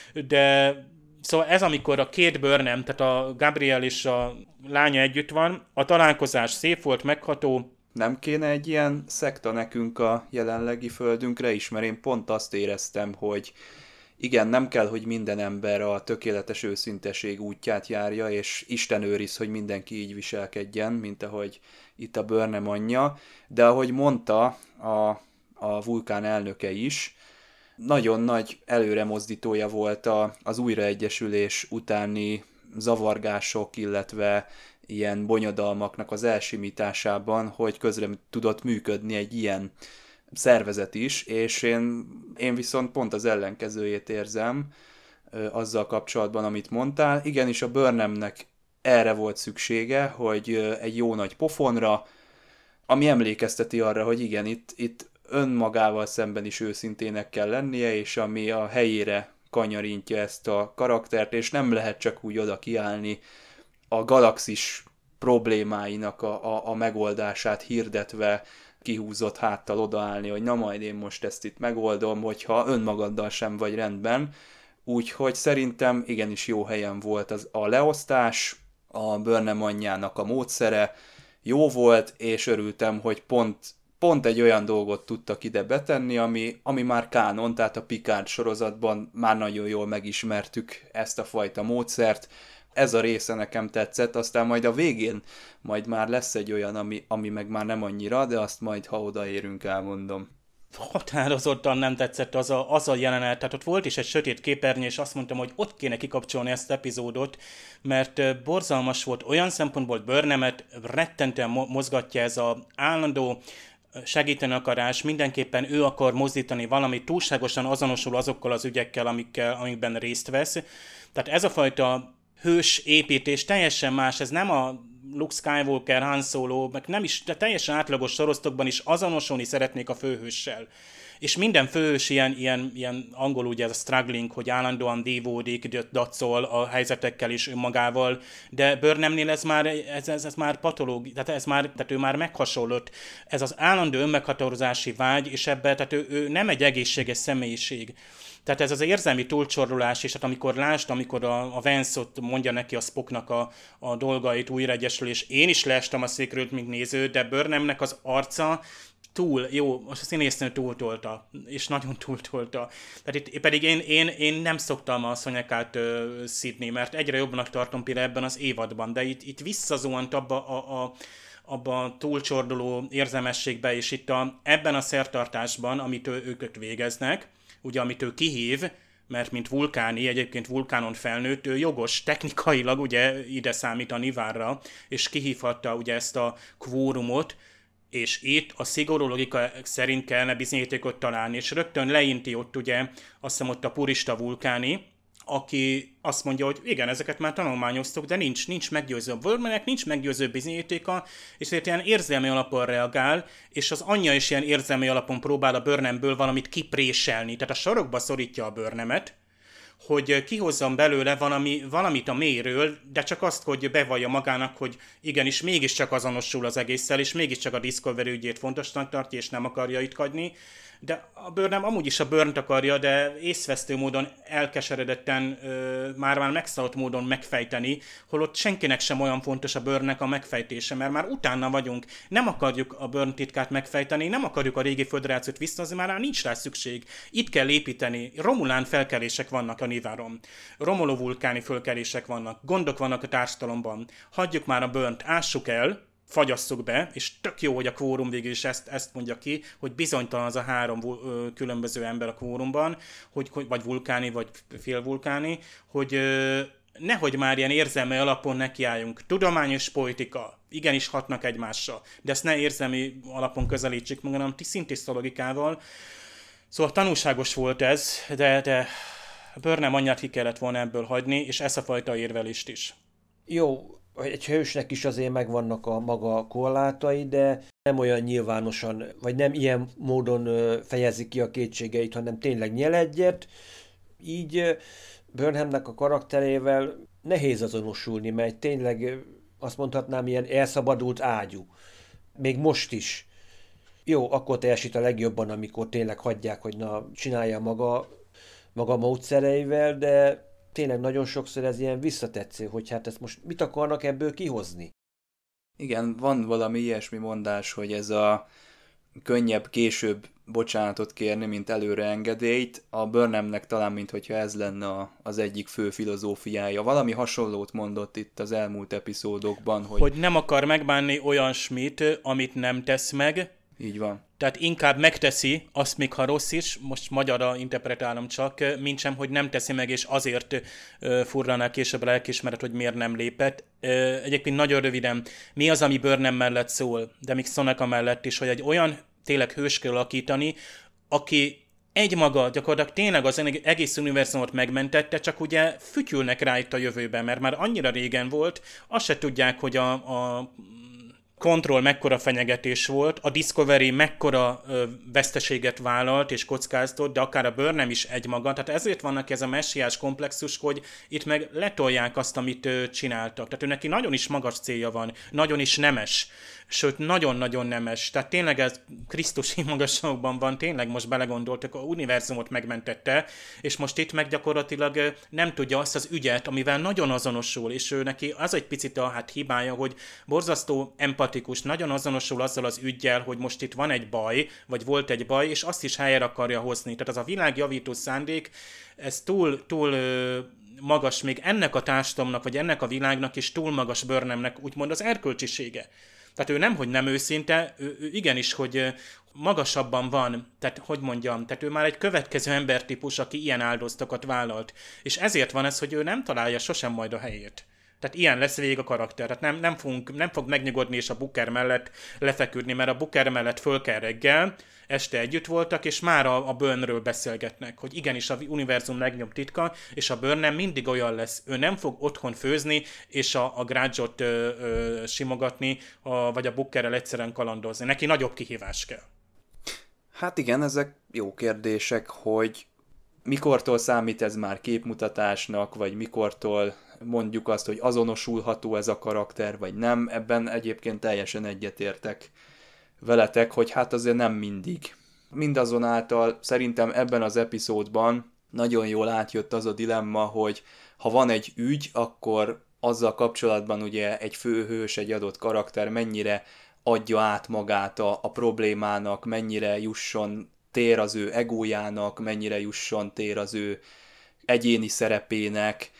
De szóval ez, amikor a két Burnham, tehát a Gabriel és a lánya együtt van, a találkozás szép volt, megható. Nem kéne egy ilyen szekta nekünk a jelenlegi földünkre is, mert én pont azt éreztem, hogy igen, nem kell, hogy minden ember a tökéletes őszinteség útját járja, és Isten őriz, hogy mindenki így viselkedjen, mint ahogy itt a Burnham anyja, de ahogy mondta a, a vulkán elnöke is, nagyon nagy előremozdítója volt a, az újraegyesülés utáni zavargások, illetve ilyen bonyodalmaknak az elsimításában, hogy közre tudott működni egy ilyen szervezet is, és én, én viszont pont az ellenkezőjét érzem ö, azzal kapcsolatban, amit mondtál. Igenis a Burnhamnek erre volt szüksége, hogy ö, egy jó nagy pofonra, ami emlékezteti arra, hogy igen, itt, itt önmagával szemben is őszintének kell lennie, és ami a helyére kanyarintja ezt a karaktert, és nem lehet csak úgy oda kiállni a galaxis problémáinak a, a, a megoldását hirdetve, kihúzott háttal odaállni, hogy na majd én most ezt itt megoldom, hogyha önmagaddal sem vagy rendben. Úgyhogy szerintem igenis jó helyen volt az, a leosztás, a Burnham anyjának a módszere jó volt, és örültem, hogy pont, pont egy olyan dolgot tudtak ide betenni, ami, ami már kánon, tehát a Picard sorozatban már nagyon jól megismertük ezt a fajta módszert. Ez a része nekem tetszett, aztán majd a végén majd már lesz egy olyan, ami, ami meg már nem annyira, de azt majd, ha odaérünk, elmondom. Határozottan nem tetszett az a, az a jelenet, tehát ott volt is egy sötét képernyő, és azt mondtam, hogy ott kéne kikapcsolni ezt az epizódot, mert borzalmas volt olyan szempontból, Burnhamet rettentően mozgatja ez az állandó segíteni akarás, mindenképpen ő akar mozdítani valamit, túlságosan azonosul azokkal az ügyekkel, amikkel, amikben részt vesz. Tehát ez a fajta hős építés teljesen más, ez nem a Luke Skywalker, Han Solo, meg nem is, de teljesen átlagos sorozatokban is azonosulni szeretnék a főhőssel. És minden főhős ilyen, ilyen, ilyen angol ugye ez a struggling, hogy állandóan dívódik, dacol a helyzetekkel is önmagával, de Burnhamnél ez már, ez, ez, ez már patológi, tehát, ez már, tehát ő már meghasonlott. Ez az állandó önmeghatározási vágy, és ebben, tehát ő, ő nem egy egészséges személyiség. Tehát ez az érzelmi túlcsorlulás, és hát amikor lásd, amikor a, a Vance ott mondja neki a Spocknak a, a dolgait újraegyesül, és én is leestem a székről, mint néző, de Burnhamnek az arca túl, jó, most a színésznő túltolta, és nagyon túltolta. Tehát itt pedig én, én, én nem szoktam a szonyekát uh, szidni, mert egyre jobbnak tartom például ebben az évadban, de itt, itt visszazuhant abba a, a abban a túlcsorduló érzelmességbe, és itt a, ebben a szertartásban, amit ő, ők végeznek, ugye, amit ő kihív, mert mint vulkáni, egyébként vulkánon felnőtt, ő jogos technikailag ugye ide számít a Nivárra, és kihívhatta ugye ezt a kvórumot, és itt a szigorú logika szerint kellene bizonyítékot találni, és rögtön leinti ott ugye, azt hiszem ott a purista vulkáni, aki azt mondja, hogy igen, ezeket már tanulmányoztuk, de nincs, nincs meggyőző. A Burnhamnek nincs meggyőző bizonyítéka, és ezért ilyen érzelmi alapon reagál, és az anyja is ilyen érzelmi alapon próbál a Burnhamből valamit kipréselni. Tehát a sarokba szorítja a Burnhamet, hogy kihozzam belőle valami, valamit a mélyről, de csak azt, hogy bevallja magának, hogy igenis mégiscsak azonosul az egésszel, és mégiscsak a Discovery ügyét fontosnak tartja, és nem akarja itt hagyni. De a Burnham amúgy is a Burnt akarja, de észvesztő módon elkeseredetten, ö, már-már megszállott módon megfejteni, holott senkinek sem olyan fontos a Burnnek a megfejtése, mert már utána vagyunk. Nem akarjuk a Burn titkát megfejteni, nem akarjuk a régi föderációt visszahozni, már nincs rá szükség. Itt kell építeni. Romulán felkelések vannak a Niváron. Romuló vulkáni felkelések vannak. Gondok vannak a társadalomban. Hagyjuk már a Burnt, ássuk el, fagyasszuk be, és tök jó, hogy a kvórum végül is ezt, ezt mondja ki, hogy bizonytalan az a három ö, különböző ember a kvórumban, hogy, hogy, vagy vulkáni, vagy félvulkáni, hogy ö, nehogy már ilyen érzelmi alapon nekiálljunk. Tudományos politika, igenis hatnak egymásra, de ezt ne érzelmi alapon közelítsük meg, hanem szintiszta logikával. Szóval tanulságos volt ez, de, de Burnham anyját ki kellett volna ebből hagyni, és ezt a fajta érvelést is. Jó, egy hősnek is azért megvannak a maga korlátai, de nem olyan nyilvánosan, vagy nem ilyen módon fejezik ki a kétségeit, hanem tényleg nyel egyet. Így Burnhamnek a karakterével nehéz azonosulni, mert tényleg azt mondhatnám, ilyen elszabadult ágyú. Még most is. Jó, akkor teljesít a legjobban, amikor tényleg hagyják, hogy na, csinálja maga, maga módszereivel, de tényleg nagyon sokszor ez ilyen visszatetsző, hogy hát ezt most mit akarnak ebből kihozni? Igen, van valami ilyesmi mondás, hogy ez a könnyebb később bocsánatot kérni, mint előre engedélyt. A Burnhamnek talán, minthogyha ez lenne az egyik fő filozófiája. Valami hasonlót mondott itt az elmúlt epizódokban, hogy... Hogy nem akar megbánni olyan smit, amit nem tesz meg, Így van. Tehát inkább megteszi, azt még ha rossz is, most magyarra interpretálom csak, mint sem, hogy nem teszi meg, és azért furranál később a lelkiismeret, hogy miért nem lépett. Egyébként nagyon röviden, mi az, ami Burnham mellett szól, de még Soneca mellett is, hogy egy olyan tényleg hős kell alakítani, aki egymaga gyakorlatilag tényleg az egész univerzumot megmentette, csak ugye fütyülnek rá itt a jövőben, mert már annyira régen volt, azt se tudják, hogy a, a Control mekkora fenyegetés volt, a Discovery mekkora ö, veszteséget vállalt és kockáztott, de akár a Burnham is egymaga, tehát ezért vannak ez a messiás komplexus, hogy itt meg letolják azt, amit ö, csináltak. Tehát ő neki nagyon is magas célja van, nagyon is nemes, sőt, nagyon-nagyon nemes. Tehát tényleg ez krisztusi magasságban van, tényleg most belegondoltak, a univerzumot megmentette, és most itt meg gyakorlatilag ö, nem tudja azt az ügyet, amivel nagyon azonosul, és ő neki az egy picit a hát hibája, hogy borzasztó empatikus, nagyon azonosul azzal az üggyel, hogy most itt van egy baj, vagy volt egy baj, és azt is helyre akarja hozni. Tehát az a világjavító szándék, ez túl, túl ö, magas még ennek a társadalomnak, vagy ennek a világnak is túl magas Burnhamnek, úgymond az erkölcsisége. Tehát ő nem, hogy nem őszinte, ő, ő igenis, hogy magasabban van, tehát hogy mondjam, tehát ő már egy következő embertípus, aki ilyen áldozatokat vállalt. És ezért van ez, hogy ő nem találja sosem majd a helyét. Tehát ilyen lesz végig a karakter. Tehát nem, nem, fogunk, nem fog megnyugodni és a Booker mellett lefeküdni, mert a Booker mellett föl kell reggel, este együtt voltak, és már a, a Burnről beszélgetnek, hogy igenis a univerzum legnagyobb titka, és a Burn nem mindig olyan lesz. Ő nem fog otthon főzni, és a, a Grudge-ot ö, ö, simogatni, a, vagy a Bookerrel egyszerűen kalandozni. Neki nagyobb kihívás kell. Hát igen, ezek jó kérdések, hogy mikortól számít ez már képmutatásnak, vagy mikortól mondjuk azt, hogy azonosulható ez a karakter, vagy nem. Ebben egyébként teljesen egyetértek veletek, hogy hát azért nem mindig. Mindazonáltal szerintem ebben az epizódban nagyon jól átjött az a dilemma, hogy ha van egy ügy, akkor azzal kapcsolatban ugye egy főhős, egy adott karakter mennyire adja át magát a, a problémának, mennyire jusson tér az ő egójának, mennyire jusson tér az ő egyéni szerepének.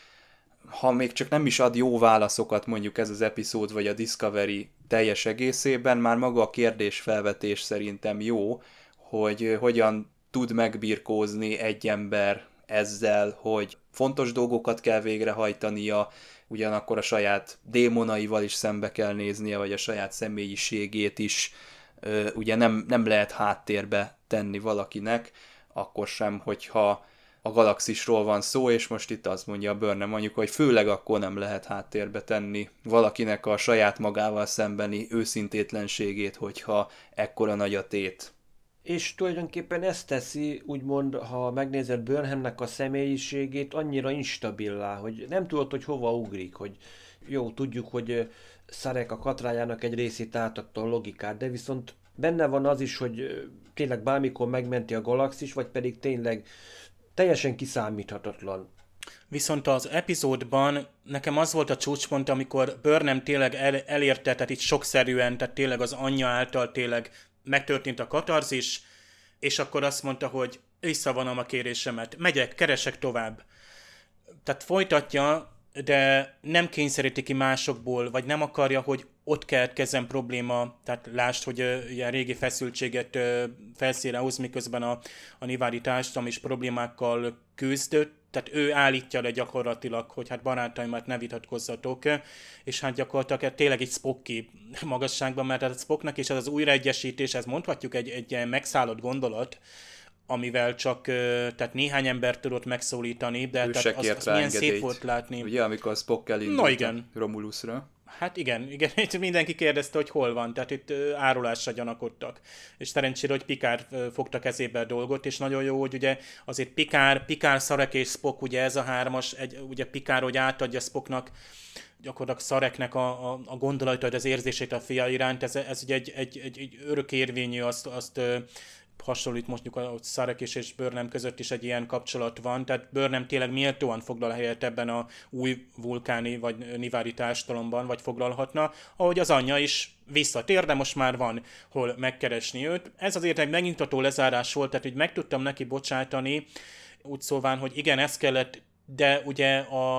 Ha még csak nem is ad jó válaszokat mondjuk ez az epizód, vagy a Discovery teljes egészében, már maga a kérdésfelvetés szerintem jó, hogy hogyan tud megbirkózni egy ember ezzel, hogy fontos dolgokat kell végrehajtania, ugyanakkor a saját démonaival is szembe kell néznie, vagy a saját személyiségét is ugye nem, nem lehet háttérbe tenni valakinek, akkor sem, hogyha a galaxisról van szó, és most itt azt mondja a Burnham mondjuk, hogy főleg akkor nem lehet háttérbe tenni valakinek a saját magával szembeni őszintétlenségét, hogyha ekkora nagy a tét. És tulajdonképpen ezt teszi, úgymond, ha megnézed Burnhamnek a személyiségét, annyira instabilá, hogy nem tudod, hogy hova ugrik, hogy jó, tudjuk, hogy Sarek a katrájának egy részét átadta a logikát, de viszont benne van az is, hogy tényleg bármikor megmenti a galaxis, vagy pedig tényleg teljesen kiszámíthatatlan. Viszont az epizódban nekem az volt a csúcspont, amikor Burnham tényleg el, elérte, tehát itt sokszerűen, tehát tényleg az anyja által tényleg megtörtént a katarzis, és akkor azt mondta, hogy visszavonom a kérésemet, megyek, keresek tovább. Tehát folytatja, de nem kényszeríti ki másokból, vagy nem akarja, hogy ott keletkezzen probléma, tehát lásd, hogy uh, ilyen régi feszültséget uh, felszínre hoz, miközben a, a nivári társadalom is problémákkal küzdött, tehát ő állítja le gyakorlatilag, hogy hát barátaimat ne vitatkozzatok, és hát gyakorlatilag tényleg egy Spocki magasságban, mert a Spocknak is ez az újraegyesítés, ez mondhatjuk egy, egy ilyen megszállott gondolat, amivel csak tehát néhány ember tudott megszólítani, de ő tehát az, az milyen szép volt látni. Ugye, amikor Spock elindult no, igen. Romulusra. Hát igen, igen, itt mindenki kérdezte, hogy hol van, tehát itt árulásra gyanakodtak. És szerencsére, hogy Picard fogta kezébe a dolgot, és nagyon jó, hogy ugye azért Picard, Picard, Sarek és Spock, ugye ez a hármas, egy, ugye Picard, hogy átadja Spocknak, gyakorlatilag Sareknek a, a, a gondolatait, az érzését a fia iránt, ez, ez ugye egy, egy, egy, egy örökérvényű, azt, azt hasonlít mondjuk a Sarek és, és Burnham között is egy ilyen kapcsolat van, tehát Burnham tényleg méltóan foglal helyet ebben a új vulkáni vagy nivári társadalomban, vagy foglalhatna, ahogy az anyja is visszatér, de most már van hol megkeresni őt. Ez azért egy megnyugtató lezárás volt, tehát hogy meg tudtam neki bocsátani, úgy szóván, hogy igen, ez kellett, de ugye a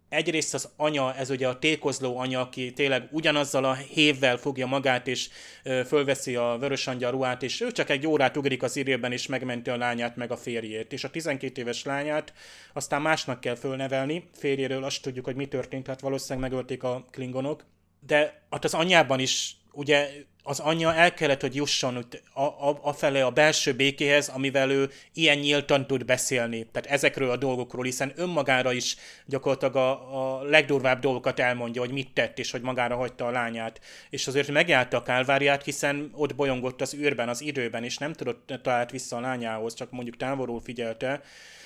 egyrészt az anya, ez ugye a tékozló anya, aki tényleg ugyanazzal a hévvel fogja magát, és ö, fölveszi a vörösangyal ruhát, és ő csak egy órát ugrik az időben, és megmenti a lányát, meg a férjét. És a tizenkét éves lányát aztán másnak kell fölnevelni. Férjéről azt tudjuk, hogy mi történt, hát valószínűleg megölték a klingonok. De hát az anyjában is, ugye az anyja el kellett, hogy jusson a, a, a fele a belső békéhez, amivel ő ilyen nyíltan tud beszélni. Tehát ezekről a dolgokról, hiszen önmagára is gyakorlatilag a, a legdurvább dolgokat elmondja, hogy mit tett, és hogy magára hagyta a lányát. És azért megjárta a kálváriát, hiszen ott bolyongott az űrben, az időben, és nem tudott talált vissza a lányához, csak mondjuk távolról figyelte.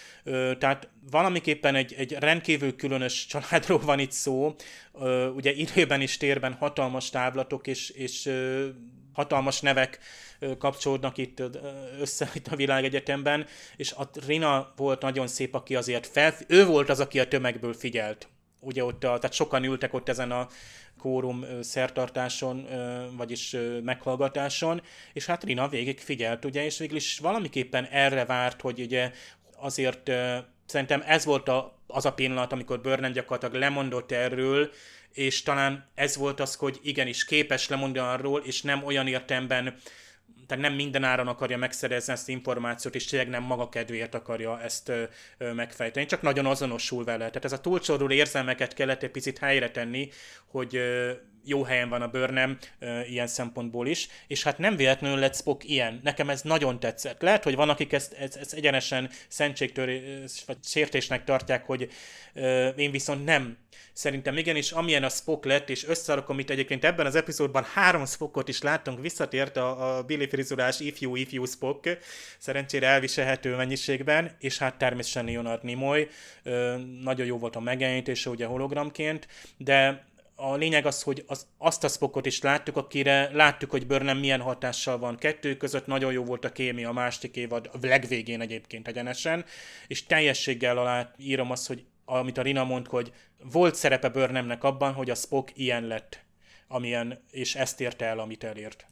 Ö, tehát valamiképpen egy, egy rendkívül különös családról van itt szó, ö, ugye időben és térben hatalmas távlatok és, és ö, hatalmas nevek ö, kapcsolódnak itt össze itt a világegyetemben, és a Rina volt nagyon szép, aki azért fel, ő volt az, aki a tömegből figyelt. Ugye ott, a, tehát sokan ültek ott ezen a kórum szertartáson, vagyis meghallgatáson, és hát Rina végig figyelt, ugye, és végül is valamiképpen erre várt, hogy ugye azért uh, szerintem ez volt a, az a pillanat, amikor Burnham gyakorlatilag lemondott erről, és talán ez volt az, hogy igenis képes lemondani arról, és nem olyan értelemben, tehát nem minden áron akarja megszerezni ezt az információt, és tényleg nem maga kedvéért akarja ezt ö, ö, megfejteni, csak nagyon azonosul vele. Tehát ez a túlcsorduló érzelmeket kellett egy picit helyre tenni, hogy ö, jó helyen van a Burnham ö, ilyen szempontból is, és hát nem véletlenül lett Spock ilyen. Nekem ez nagyon tetszett. Lehet, hogy van, akik ezt, ezt, ezt egyenesen szentségtörés vagy sértésnek tartják, hogy ö, én viszont nem. Szerintem igenis, amilyen a Spock lett, és összerakom itt egyébként ebben az epizódban három Spockot is láttunk, visszatért a, a Billy frizurás ifjú, ifjú Spock, szerencsére elviselhető mennyiségben, és hát természetesen Leonard Nimoy, ö, nagyon jó volt a megjelenítése ugye hologramként, de a lényeg az, hogy az, azt a Spockot is láttuk, akire láttuk, hogy Burnham milyen hatással van. Kettő között nagyon jó volt a kémia a második évad, a legvégén egyébként egyenesen, és teljességgel alá írom azt, hogy amit a Rina mond, hogy volt szerepe Burnhamnek abban, hogy a Spock ilyen lett, amilyen, és ezt érte el, amit elért.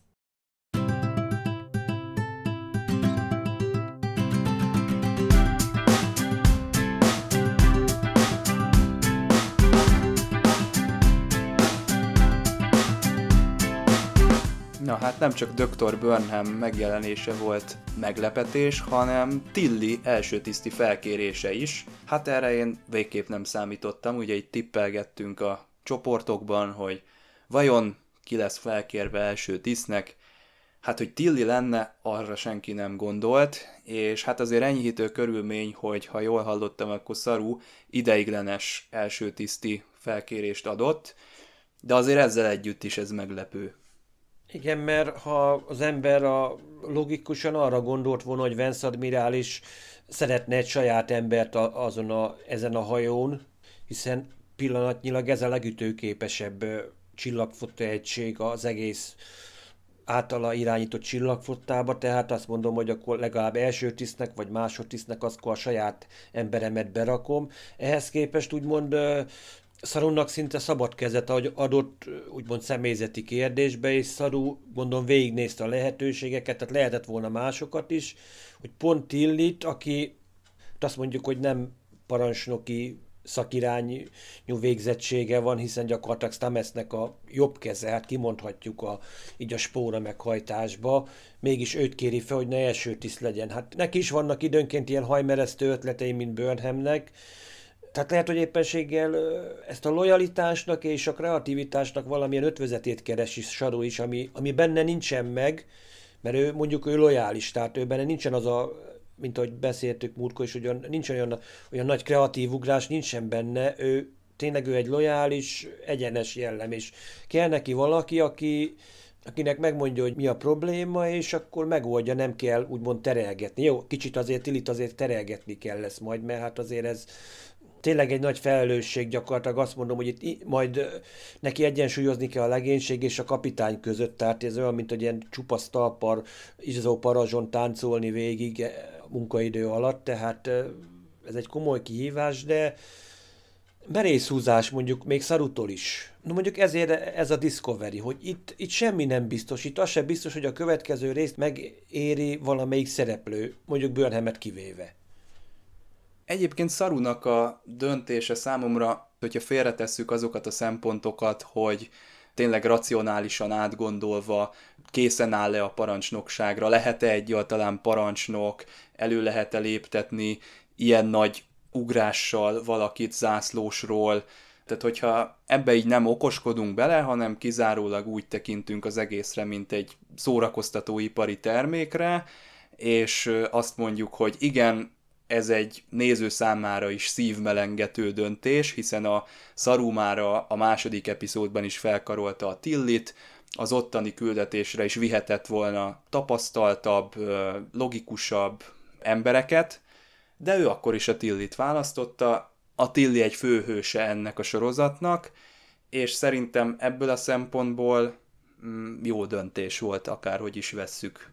Na hát nem csak doktor Burnham megjelenése volt meglepetés, hanem Tilly első tiszti felkérése is. Hát erre én végképp nem számítottam, ugye itt tippelgettünk a csoportokban, hogy vajon ki lesz felkérve első tisztnek. Hát, hogy Tilly lenne, arra senki nem gondolt, és hát azért enyhítő körülmény, hogy ha jól hallottam, akkor Saru ideiglenes első tiszti felkérést adott, de azért ezzel együtt is ez meglepő. Igen, mert ha az ember a logikusan arra gondolt volna, hogy Vance admirális szeretne egy saját embert a, azon a, ezen a hajón, hiszen pillanatnyilag ez a legütőképesebb csillagfotta egység az egész általa irányított csillagfottába, tehát azt mondom, hogy akkor legalább első tisztnek vagy másodtisztnek akkor a saját emberemet berakom. Ehhez képest úgymond Sarunak szinte szabad kezet adott úgymond személyzeti kérdésbe, és Saru, mondom, végignézte a lehetőségeket, tehát lehetett volna másokat is, hogy pont Tillyt, aki azt mondjuk, hogy nem parancsnoki szakirányú végzettsége van, hiszen gyakorlatilag Stametsnek a jobb keze, hát kimondhatjuk a, így a spóra meghajtásba, mégis őt kéri fel, hogy ne első tiszt legyen. Hát neki is vannak időnként ilyen hajmeresztő ötletei, mint Burnhamnek, tehát lehet, hogy éppenséggel ezt a lojalitásnak és a kreativitásnak valamilyen ötvözetét keresi Saru is, ami, ami benne nincsen meg, mert ő mondjuk ő lojális, tehát ő benne nincsen az a, mint ahogy beszéltük múltkor is, hogy nincsen olyan, olyan nagy kreatív ugrás, nincsen benne, ő tényleg ő egy lojális, egyenes jellem, és kell neki valaki, aki, akinek megmondja, hogy mi a probléma, és akkor megoldja, nem kell úgymond terelgetni. Jó, kicsit azért Tillyt azért terelgetni kell lesz majd, mert hát azért ez tényleg egy nagy felelősség, gyakorlatilag azt mondom, hogy itt majd neki egyensúlyozni kell a legénység és a kapitány között, tehát ez olyan, mint hogy ilyen csupasz talpar, izzó parazson táncolni végig a munkaidő alatt, tehát ez egy komoly kihívás, de merészhúzás mondjuk még Sarutól is. No, mondjuk ezért ez a Discovery, hogy itt, itt semmi nem biztos, itt az sem biztos, hogy a következő részt megéri valamelyik szereplő, mondjuk Burnhamet kivéve. Egyébként Sarunak a döntése számomra Hogyha félretesszük azokat a szempontokat, hogy tényleg racionálisan átgondolva készen áll-e a parancsnokságra, lehet-e egyáltalán parancsnok, elő lehet-e léptetni ilyen nagy ugrással valakit zászlósról. Tehát hogyha ebbe így nem okoskodunk bele, hanem kizárólag úgy tekintünk az egészre, mint egy szórakoztatóipari termékre, és azt mondjuk, hogy igen, ez egy néző számára is szívmelengető döntés, hiszen a Sarumára a második epizódban is felkarolta a Tillit, az ottani küldetésre is vihetett volna tapasztaltabb, logikusabb embereket, de ő akkor is a Tillit választotta. A Tilly egy főhőse ennek a sorozatnak, és szerintem ebből a szempontból jó döntés volt, akárhogy is vesszük.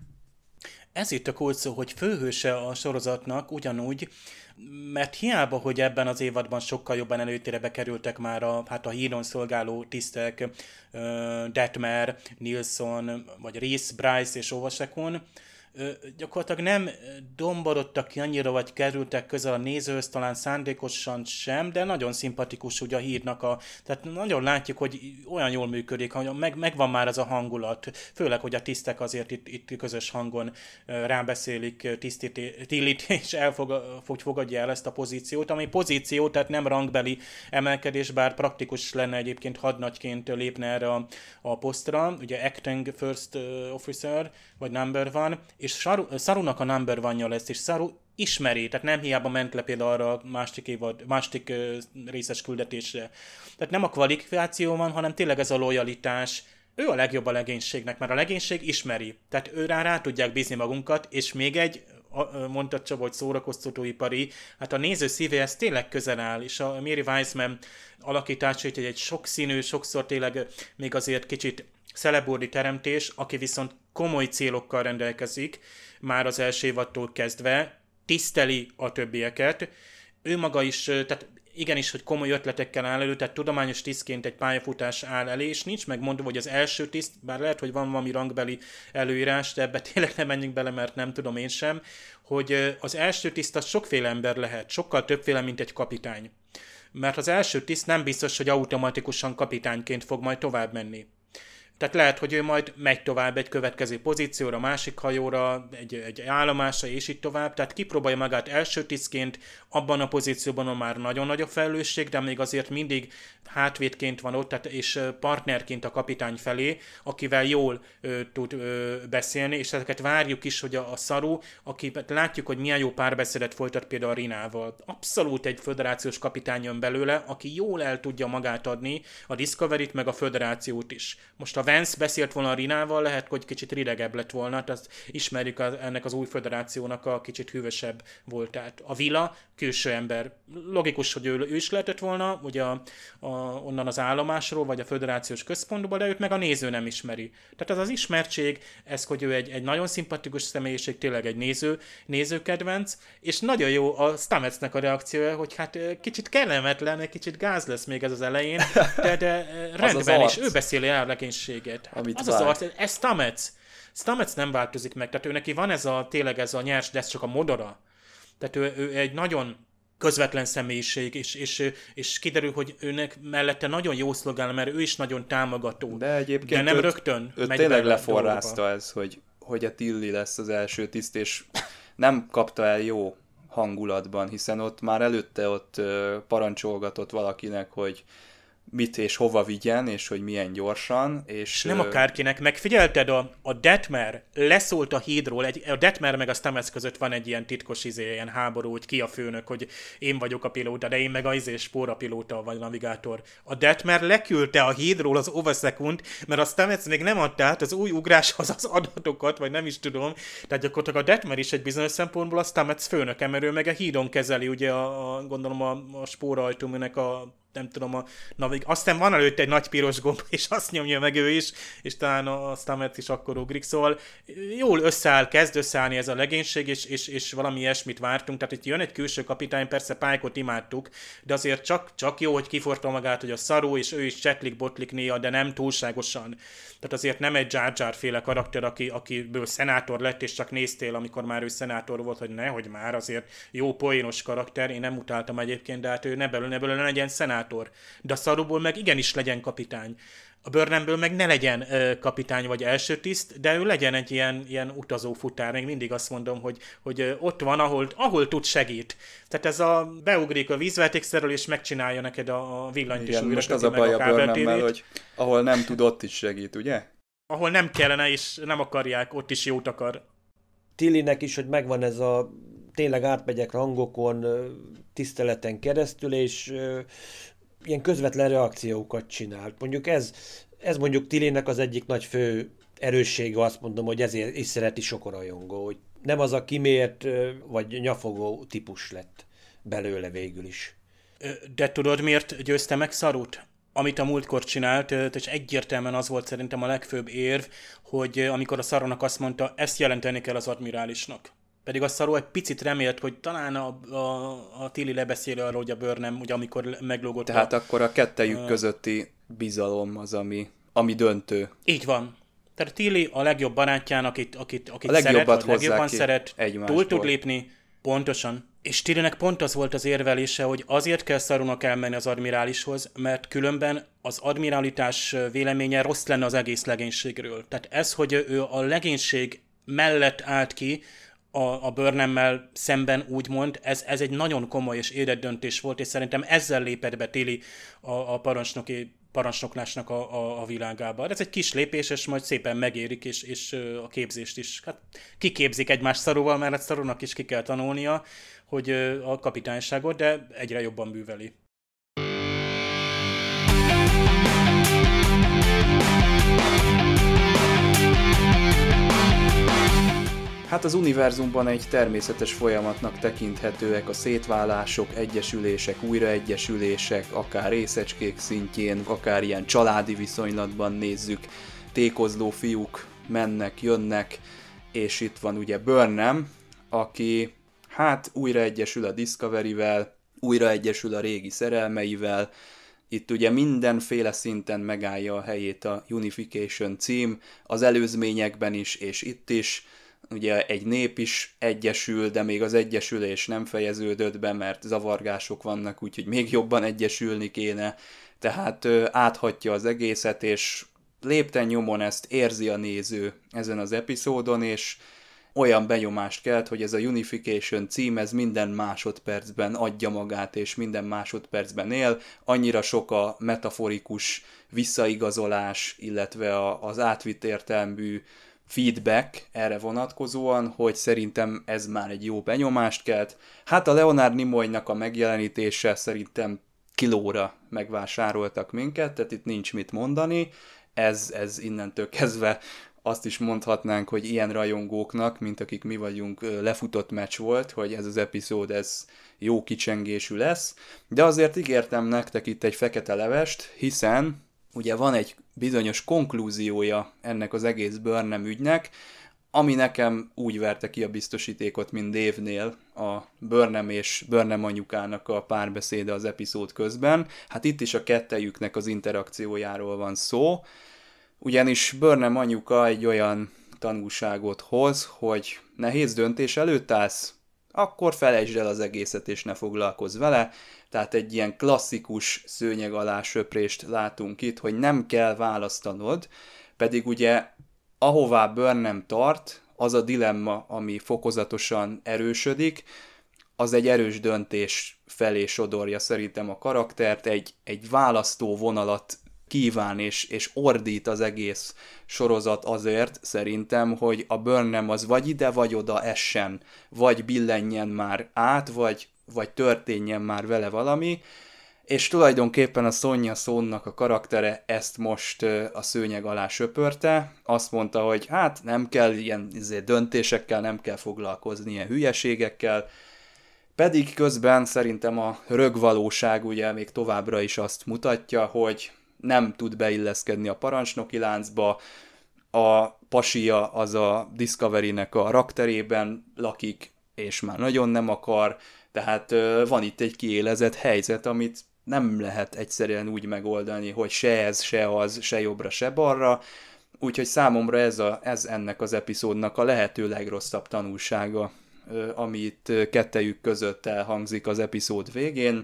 Ez itt a kulcs szó, hogy főhőse a sorozatnak ugyanúgy, mert hiába, hogy ebben az évadban sokkal jobban előtérbe kerültek már a, hát a híron szolgáló tisztek, uh, Detmer, Nilsson, vagy Reese, Bryce és Ovasekon, gyakorlatilag nem domborodtak ki annyira, vagy kerültek közel a nézőhöz, talán szándékosan sem, de nagyon szimpatikus ugye a hírnak a... Tehát nagyon látjuk, hogy olyan jól működik, hogy meg, megvan már az a hangulat, főleg, hogy a tisztek azért itt, itt közös hangon rábeszélik Tillit, és elfog, hogy fogadja el ezt a pozíciót, ami pozíció, tehát nem rangbeli emelkedés, bár praktikus lenne egyébként hadnagyként lépne erre a, a posztra, ugye acting first officer, vagy number one, és Saru, Sarunak a number one-ja lesz, és Saru ismeri, tehát nem hiába ment le például arra a másik, évad, másik uh, részes küldetésre. Tehát nem a kvalifikáció van, hanem tényleg ez a lojalitás. Ő a legjobb a legénységnek, mert a legénység ismeri. Tehát ő rá, rá tudják bízni magunkat, és még egy, mondtad Csaba, hogy szórakoztatóipari, hát a néző szívéhez tényleg közel áll, és a Mary Wiseman alakítása, hogy egy sokszínű, sokszor tényleg még azért kicsit celebrity teremtés, aki viszont komoly célokkal rendelkezik, már az első évadtól kezdve, tiszteli a többieket. Ő maga is, tehát igenis, hogy komoly ötletekkel áll elő, tehát tudományos tisztként egy pályafutás áll elé, és nincs megmondva, hogy az első tiszt, bár lehet, hogy van valami rangbeli előírás, de ebbe tényleg nem menjünk bele, mert nem tudom én sem, hogy az első tiszt az sokféle ember lehet, sokkal többféle, mint egy kapitány. Mert az első tiszt nem biztos, hogy automatikusan kapitányként fog majd tovább menni. Tehát lehet, hogy ő majd megy tovább egy következő pozícióra, másik hajóra, egy, egy állomásra, és így tovább. Tehát kipróbálja magát első tisztként, abban a pozícióban már nagyon nagy a felelősség, de még azért mindig hátvédként van ott, tehát, és partnerként a kapitány felé, akivel jól ö, tud ö, beszélni, és ezeket várjuk is, hogy a, a Saru, aki látjuk, hogy milyen jó párbeszédet folytat például a Rinával. Abszolút egy föderációs kapitány jön belőle, aki jól el tudja magát adni, a Discoveryt, meg a föderációt is. Most a Vance beszélt volna a Rinával, lehet, hogy kicsit ridegebb lett volna, tehát ismerjük az, ennek az új föderációnak a kicsit hűvösebb voltát. A Vila külső ember. Logikus, hogy ő, ő is lehetett volna, ugye a, a, onnan az állomásról, vagy a föderációs központból, de őt meg a néző nem ismeri. Tehát az az ismertség, ez, hogy ő egy, egy nagyon szimpatikus személyiség, tényleg egy néző, nézőkedvenc, és nagyon jó a Stametsnek a reakciója, hogy hát kicsit kellemetlen, egy kicsit gáz lesz még ez az elején, de, de rendben, és ő beszéli el a legénységet. Hát az az arc, ez Stamets. Stamets nem változik meg, tehát ő neki van ez a, tényleg ez a nyers, de ez csak a modora. Tehát ő, ő egy nagyon közvetlen személyiség, és, és, és kiderül, hogy őnek mellette nagyon jó szolgál, mert ő is nagyon támogató. De egyébként de nem őt, rögtön őt megy tényleg bele leforrázta dolgba. Ez, hogy, hogy a Tilly lesz az első tiszt, és nem kapta el jó hangulatban, hiszen ott már előtte ott parancsolgatott valakinek, hogy mit és hova vigyen, és hogy milyen gyorsan. És nem akárkinek. Megfigyelted, a, a Detmer leszólt a hídról, egy, a Detmer meg a Stamets között van egy ilyen titkos izé, ilyen háború, hogy ki a főnök, hogy én vagyok a pilóta, de én meg az izé spóra pilóta vagy navigátor. A Detmer leküldte a hídról az Ovasekunt, mert a Stamets még nem adta át az új ugráshoz az adatokat, vagy nem is tudom. Tehát gyakorlatilag a Detmer is egy bizonyos szempontból a Stamets főnöke, mert ő meg a hídon kezeli, ugye a, a gondolom a, a spóraajtóműnek a nem tudom, a navig... Aztán van előtte egy nagy piros gomb, és azt nyomja meg ő is, és talán a Stamets is akkor ugrik, szóval jól összeáll, kezd összeállni ez a legénység, és, és, és valami ilyesmit vártunk, tehát itt jön egy külső kapitány, persze Pike-ot imádtuk, de azért csak, csak jó, hogy kiforta magát, hogy a Saru, és ő is csetlik-botlik néha, de nem túlságosan. Tehát azért nem egy Jar Jar féle karakter, aki, akiből szenátor lett, és csak néztél, amikor már ő szenátor volt, hogy nehogy már, azért jó poénos karakter, én nem utáltam egyébként, de hát ő ne belőle, ne belőle legyen szenátor. diktátor. De a Saruból meg igenis legyen kapitány. A Burnhamből meg ne legyen ö, kapitány vagy első tiszt, de ő legyen egy ilyen, ilyen utazó futár. Még mindig azt mondom, hogy, hogy ö, ott van, ahol, ahol tud segít. Tehát ez a beugrik a vízvezetékszerről, és megcsinálja neked a, a villanyt. Igen, és újra most az a baj a Burnhammel, hogy ahol nem tud, ott is segít, ugye? Ahol nem kellene, és nem akarják, ott is jót akar. Tillynek is, hogy megvan ez a tényleg átmegyek rangokon, tiszteleten keresztül, és ilyen közvetlen reakciókat csinál. Mondjuk ez, ez mondjuk Tillynek az egyik nagy fő erőssége, azt mondom, hogy ezért is szereti sok a rajongó, hogy nem az a kimért vagy nyafogó típus lett belőle végül is. De tudod, miért győzte meg Sarut? Amit a múltkor csinált, és egyértelműen az volt szerintem a legfőbb érv, hogy amikor a Sarunak azt mondta, ezt jelenteni kell az admirálisnak. Pedig a Saru egy picit remélt, hogy talán a, a, a Tilly lebeszéli arról, hogy a Burnham, ugye amikor meglógott. Tehát a, akkor a kettejük a, közötti bizalom az, ami, ami döntő. Így van. Tehát Tilly a legjobb barátján, akit, akit, akit a szeret, vagy legjobban legjobban szeret, egymástól. túl tud lépni, pontosan. És Tillynek pont az volt az érvelése, hogy azért kell Sarunak elmenni az admirálishoz, mert különben az admirálitás véleménye rossz lenne az egész legénységről. Tehát ez, hogy ő a legénység mellett állt ki, a, a Burnhammel szemben úgymond, ez, ez egy nagyon komoly és érett döntés volt, és szerintem ezzel lépett be Tilly a, a parancsnoki parancsnoklásnak a, a, a világába. Ez egy kis lépés, és majd szépen megérik, és, és a képzést is. Hát kiképzik egymás Saruval, mert hát Sarunak is ki kell tanulnia, hogy a kapitányságot, de egyre jobban bűveli. Hát az univerzumban egy természetes folyamatnak tekinthetőek a szétválások, egyesülések, újraegyesülések, akár részecskék szintjén, akár ilyen családi viszonylatban nézzük. Tékozló fiúk mennek, jönnek, és itt van ugye Burnham, aki hát újraegyesül a Discoveryvel, újraegyesül a régi szerelmeivel. Itt ugye mindenféle szinten megállja a helyét a Unification cím, az előzményekben is, és itt is. Ugye egy nép is egyesül, de még az egyesülés nem fejeződött be, mert zavargások vannak, úgyhogy még jobban egyesülni kéne. Tehát ö, áthatja az egészet, és lépten nyomon ezt érzi a néző ezen az epizódon, és olyan benyomást kelt, hogy ez a Unification cím, ez minden másodpercben adja magát, és minden másodpercben él. Annyira sok a metaforikus visszaigazolás, illetve a, az átvitt értelmű feedback erre vonatkozóan, hogy szerintem ez már egy jó benyomást kelt. Hát a Leonard Nimoynak a megjelenítése szerintem kilóra megvásároltak minket, tehát itt nincs mit mondani. Ez, ez innentől kezdve azt is mondhatnánk, hogy ilyen rajongóknak, mint akik mi vagyunk, lefutott meccs volt, hogy ez az epizód, ez jó kicsengésű lesz. De azért ígértem nektek itt egy fekete levest, hiszen ugye van egy bizonyos konklúziója ennek az egész Burnham ügynek, ami nekem úgy verte ki a biztosítékot, mint Dave-nél a Burnham és Burnham anyukának a párbeszéde az epizód közben. Hát itt is a kettejüknek az interakciójáról van szó, ugyanis Burnham anyuka egy olyan tanulságot hoz, hogy nehéz döntés előtt állsz, akkor felejtsd el az egészet és ne foglalkozz vele. Tehát egy ilyen klasszikus szőnyeg alá söprést látunk itt, hogy nem kell választanod, pedig ugye ahová Burnham tart, az a dilemma, ami fokozatosan erősödik, az egy erős döntés felé sodorja szerintem a karaktert, egy, egy választó vonalat kíván és, és ordít az egész sorozat azért szerintem, hogy a Burnham az vagy ide, vagy oda essen, vagy billenjen már át, vagy, vagy történjen már vele valami, és tulajdonképpen a Sonja Sonnak a karaktere ezt most a szőnyeg alá söpörte, azt mondta, hogy hát nem kell ilyen döntésekkel, nem kell foglalkozni ilyen hülyeségekkel, pedig közben szerintem a rögvalóság ugye még továbbra is azt mutatja, hogy nem tud beilleszkedni a parancsnoki láncba, a pasia az a Discovery-nek a rakterében lakik, és már nagyon nem akar, tehát van itt egy kiélezett helyzet, amit nem lehet egyszerűen úgy megoldani, hogy se ez, se az, se jobbra, se balra, úgyhogy számomra ez, a, ez ennek az epizódnak a lehető legrosszabb tanulsága, ami itt kettejük között elhangzik az epizód végén.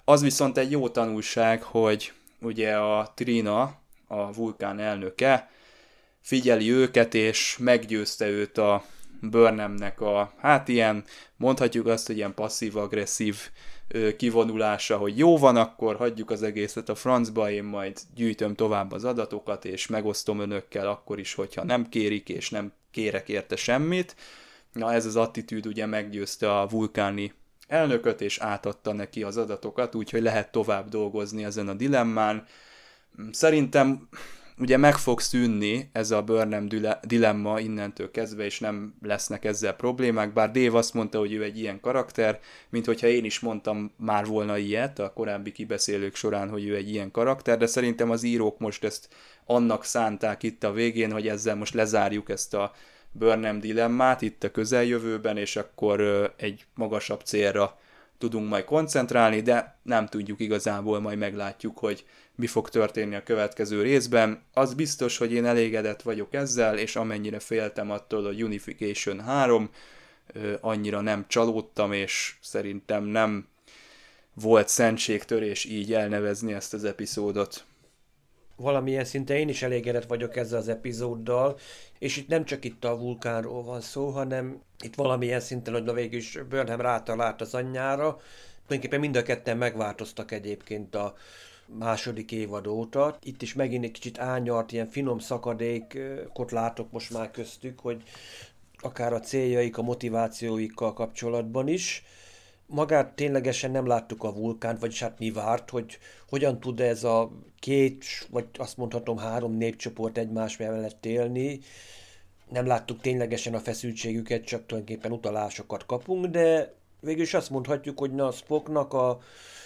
Az viszont egy jó tanulság, hogy ugye a Trina, a vulkán elnöke, figyeli őket, és meggyőzte őt a Burnhamnek a, hát ilyen, mondhatjuk azt, hogy ilyen passzív-agresszív kivonulása, hogy jó van, akkor hagyjuk az egészet a francba, én majd gyűjtöm tovább az adatokat, és megosztom önökkel akkor is, hogyha nem kérik, és nem kérek érte semmit. Na ez az attitűd ugye meggyőzte a vulkáni elnököt, és átadta neki az adatokat, úgyhogy lehet tovább dolgozni ezen a dilemmán. Szerintem ugye meg fog szűnni ez a Burnham dilemma innentől kezdve, és nem lesznek ezzel problémák, bár Dave azt mondta, hogy ő egy ilyen karakter, mint hogyha én is mondtam már volna ilyet a korábbi kibeszélők során, hogy ő egy ilyen karakter, de szerintem az írók most ezt annak szánták itt a végén, hogy ezzel most lezárjuk ezt a Burnham dilemmát itt a közeljövőben, és akkor egy magasabb célra tudunk majd koncentrálni, de nem tudjuk igazából, majd meglátjuk, hogy mi fog történni a következő részben. Az biztos, hogy én elégedett vagyok ezzel, és amennyire féltem attól, hogy Unification három, annyira nem csalódtam, és szerintem nem volt szentségtörés így elnevezni ezt az epizódot. Valamilyen szinten én is elégedett vagyok ezzel az epizóddal, és itt nem csak itt a vulkánról van szó, hanem itt valamilyen szinten, hogy na végül is Burnham rátalált az anyjára. Tulajdonképpen mind a ketten megváltoztak egyébként a második évad óta. Itt is megint egy kicsit ányart, ilyen finom szakadékot látok most már köztük, hogy akár a céljaik, a motivációikkal kapcsolatban is. Magát ténylegesen nem láttuk a vulkánt, vagyis hát mi várt, hogy hogyan tud ez a két, vagy azt mondhatom három népcsoport egymás mellett élni. Nem láttuk ténylegesen a feszültségüket, csak tulajdonképpen utalásokat kapunk, de végül is azt mondhatjuk, hogy na, Spocknak a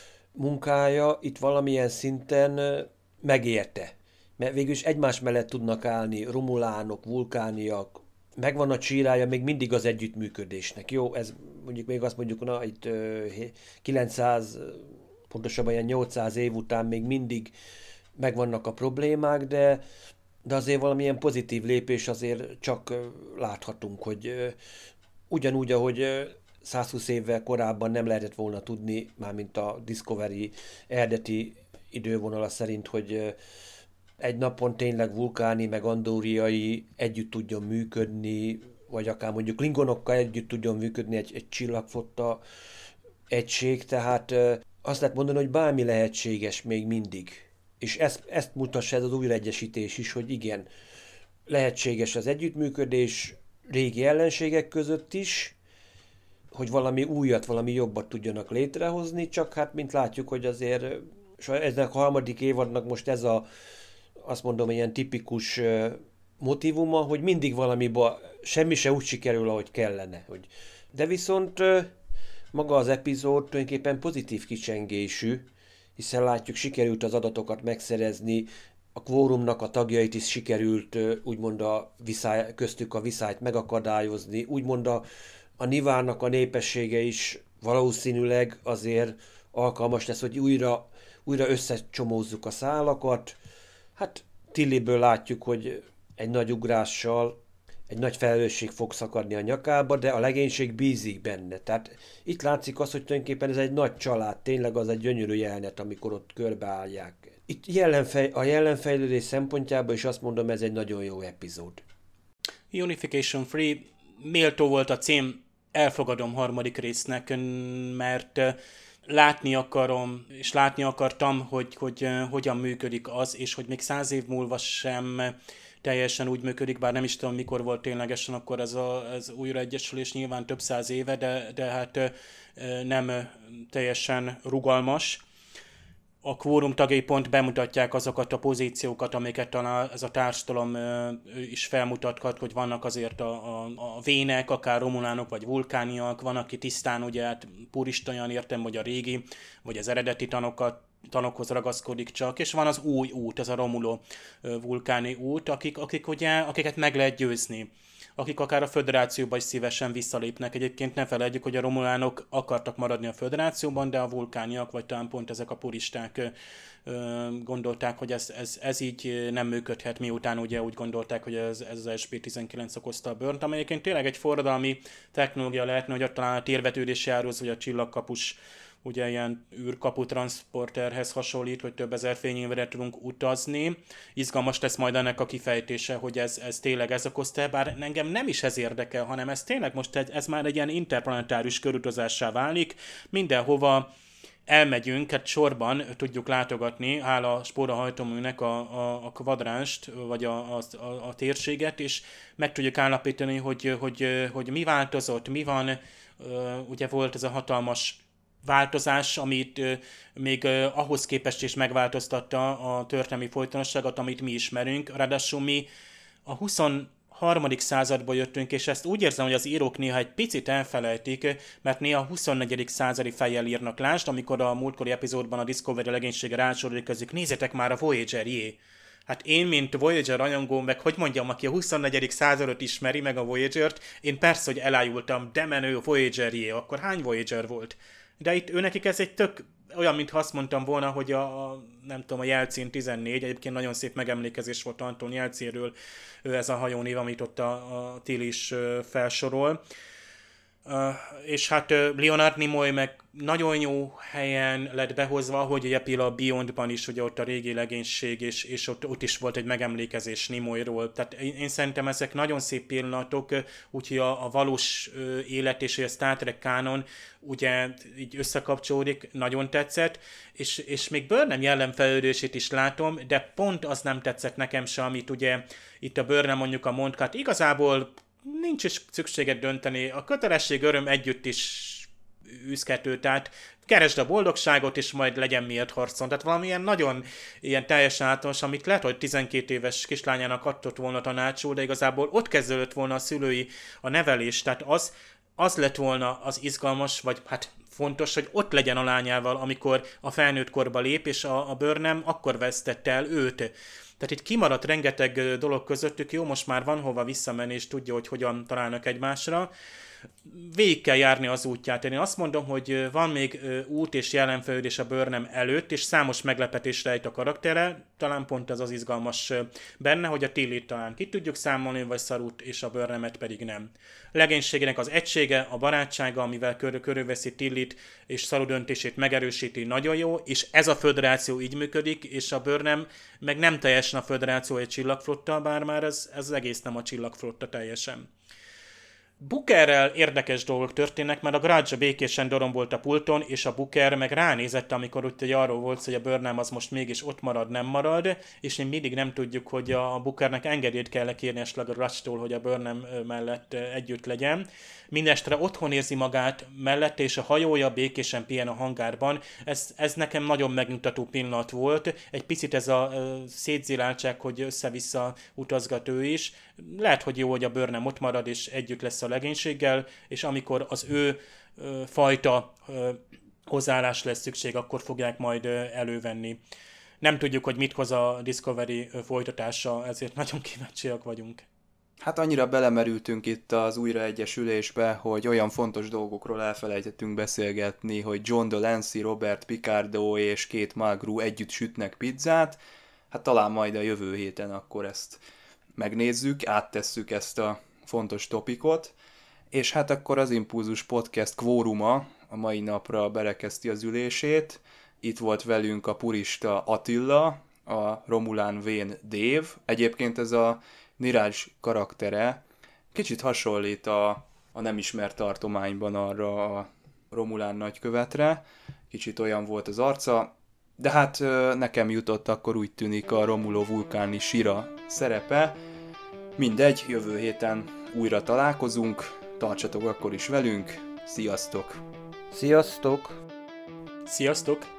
munkája itt valamilyen szinten megérte. Mert végül is egymás mellett tudnak állni romulánok, vulkániak, megvan a csírája még mindig az együttműködésnek. Jó, ez mondjuk még azt mondjuk, na itt kilencszáz, pontosabban ilyen nyolcszáz év után még mindig megvannak a problémák, de, de azért valamilyen pozitív lépés azért csak láthatunk, hogy ugyanúgy, ahogy százhúsz évvel korábban nem lehetett volna tudni, mármint a Discovery eredeti idővonala szerint, hogy egy napon tényleg vulkáni, meg andóriai együtt tudjon működni, vagy akár mondjuk klingonokkal együtt tudjon működni egy, egy csillagflotta egység, tehát azt lehet mondani, hogy bármi lehetséges még mindig. És ezt, ezt mutassa ez az újraegyesítés is, hogy igen, lehetséges az együttműködés régi ellenségek között is, hogy valami újat, valami jobbat tudjanak létrehozni, csak hát mint látjuk, hogy azért eznek a harmadik évadnak most ez a, azt mondom, ilyen tipikus motivuma, hogy mindig valamiba semmi se úgy sikerül, ahogy kellene. Hogy... De viszont maga az epizód tulajdonképpen pozitív kicsengésű, hiszen látjuk, sikerült az adatokat megszerezni, a kvórumnak a tagjait is sikerült úgymond a viszály, köztük a viszályt megakadályozni, úgymond a, a Nivárnak a népessége is valószínűleg azért alkalmas lesz, hogy újra, újra összecsomózzuk a szálakat. Hát Tilliből látjuk, hogy egy nagy ugrással egy nagy felelősség fog szakadni a nyakába, de a legénység bízik benne. Tehát itt látszik az, hogy tulajdonképpen ez egy nagy család, tényleg az egy gyönyörű jelenet, amikor ott körbeállják. Itt jelenfej, a jelenfejlődés szempontjából is azt mondom, ez egy nagyon jó epizód. Unification Free méltó volt a cím, elfogadom harmadik résznek, mert látni akarom, és látni akartam, hogy, hogy hogyan működik az, és hogy még száz év múlva sem teljesen úgy működik, bár nem is tudom, mikor volt ténylegesen akkor ez az újraegyesülés, nyilván több száz éve, de, de hát nem teljesen rugalmas. A kvórum tagjai pont bemutatják azokat a pozíciókat, amiket talán ez a társadalom is felmutathat, hogy vannak azért a, a, a vének, akár romulánok vagy vulkániak, van, aki tisztán ugye hát purista olyan értem, vagy a régi, vagy az eredeti tanokat, tanokhoz ragaszkodik csak, és van az új út, ez a romuló vulkáni út, akik, akik ugye, akiket meg lehet győzni, akik akár a föderációban is szívesen visszalépnek. Egyébként ne felejtjük, hogy a romulánok akartak maradni a föderációban, de a vulkániak, vagy talán pont ezek a puristák gondolták, hogy ez, ez, ez így nem működhet, miután ugye úgy gondolták, hogy ez, ez az es pé tizenkilenc okozta a burnt, amelyeként tényleg egy forradalmi technológia lehetne, hogy talán a térvetődési árhoz, vagy a csillagkapus ugye ilyen űrkaputranszporterhez hasonlít, hogy több ezer fényévre tudunk utazni. Izgalmas lesz majd ennek a kifejtése, hogy ez, ez tényleg ez okozta, bár engem nem is ez érdekel, hanem ez tényleg most egy, ez már egy ilyen interplanetáris körutazássá válik, mindenhova elmegyünk, hát sorban tudjuk látogatni, hála a spórahajtóműnek a, a, a kvadránst, vagy a, a, a, a térséget, és meg tudjuk állapítani, hogy, hogy, hogy mi változott, mi van. Ugye volt ez a hatalmas változás, amit még ahhoz képest is megváltoztatta a történelmi folytonosságot, amit mi ismerünk. Ráadásul mi a huszonharmadik századból jöttünk, és ezt úgy érzem, hogy az írók néha egy picit elfelejtik, mert néha a huszonnegyedik századi fejjel írnak. Lásd, amikor a múltkori epizódban a Discovery legénysége rásorodik közük, nézzétek már a Voyager, jé! Hát én, mint Voyager rajongó, meg hogy mondjam, aki a huszonnegyedik századot ismeri, meg a Voyager-t, én persze, hogy elájultam, de menő Voyager-jé, akkor hány Voyager volt? De itt őnekik ez egy tök olyan, mintha azt mondtam volna, hogy a, a nem tudom, a Jelcin tizennégy, egyébként nagyon szép megemlékezés volt Anton Jelcinről, ez a hajónév, amit ott a, a Till is felsorol. Uh, és hát uh, Leonard Nimoy meg nagyon jó helyen lett behozva, hogy ugye például a Beyondban is, ugye ott a régi legénység, és, és ott, ott is volt egy megemlékezés Nimoyról. Tehát én, én szerintem ezek nagyon szép pillanatok, úgyhogy a, a valós uh, élet és a Star Trek kánon ugye így összekapcsolódik, nagyon tetszett, és, és még Burnham jellemfejlődését is látom, de pont az nem tetszett nekem se, amit ugye itt a Burnham mondjuk a Mondkat igazából nincs is szükséged dönteni, a kötelesség öröm együtt is üzkető, tehát keresd a boldogságot, és majd legyen miért harcon. Tehát valamilyen nagyon ilyen teljesen általános, amit lehet, hogy tizenkét éves kislányának adott volna tanácsul, de igazából ott kezdődött volna a szülői a nevelés, tehát az, az lett volna az izgalmas, vagy hát fontos, hogy ott legyen a lányával, amikor a felnőtt korba lép, és a, a Burnham akkor vesztette el őt. Tehát itt kimaradt rengeteg dolog közöttük, jó, most már van hova visszamenni, és tudja, hogy hogyan találnak egymásra. Végig kell járni az útját. Én azt mondom, hogy van még út és jelenfejlődés a Burnham előtt, és számos meglepetés rejt a karaktere. Talán pont ez az izgalmas benne, hogy a Tillit talán ki tudjuk számolni, vagy Sarut, és a Burnhamet pedig nem. Legénységének az egysége, a barátsága, amivel kör- körülveszi Tillit, és Saru döntését megerősíti, nagyon jó, és ez a föderáció így működik, és a Burnham meg nem teljesen a föderáció egy csillagflotta, bár már ez, ez egész nem a csillagflotta teljesen. Bookerrel érdekes dolgok történnek, mert a Grudge békésen dorombolt a pulton, és a Booker meg ránézett, amikor úgy arról volt, hogy a Burnham az most mégis ott marad, nem marad, és még mindig nem tudjuk, hogy a Bookernek engedélyt kell kérni esetleg a Grudge-tól, hogy a Burnham mellett együtt legyen. Mindestre otthon érzi magát mellette, és a hajója békésen pihen a hangárban. Ez, ez nekem nagyon megnyugtató pillanat volt. Egy picit ez a uh, szétziláltság, hogy össze-vissza utazgat ő is. Lehet, hogy jó, hogy a Burnham ott marad, és együtt lesz a legénységgel, és amikor az ő uh, fajta uh, hozzáállás lesz szükség, akkor fogják majd uh, elővenni. Nem tudjuk, hogy mit hoz a Discovery uh, folytatása, ezért nagyon kíváncsiak vagyunk. Hát annyira belemerültünk itt az újraegyesülésbe, hogy olyan fontos dolgokról elfelejtettünk beszélgetni, hogy John Delancey, Robert Picardo és Kate Mulgrew együtt sütnek pizzát. Hát talán majd a jövő héten akkor ezt megnézzük, áttesszük ezt a fontos topikot. És hát akkor az Impulzus Podcast kvóruma a mai napra berekezti az ülését. Itt volt velünk a purista Attila, a Romulán vén Dave. Egyébként ez a Niraj karaktere kicsit hasonlít a, a nem ismert tartományban arra a Romulán nagykövetre, kicsit olyan volt az arca, de hát nekem jutott akkor úgy tűnik a Romulo vulkáni Shira szerepe. Mindegy, jövő héten újra találkozunk, tartsatok akkor is velünk, sziasztok! Sziasztok! Sziasztok!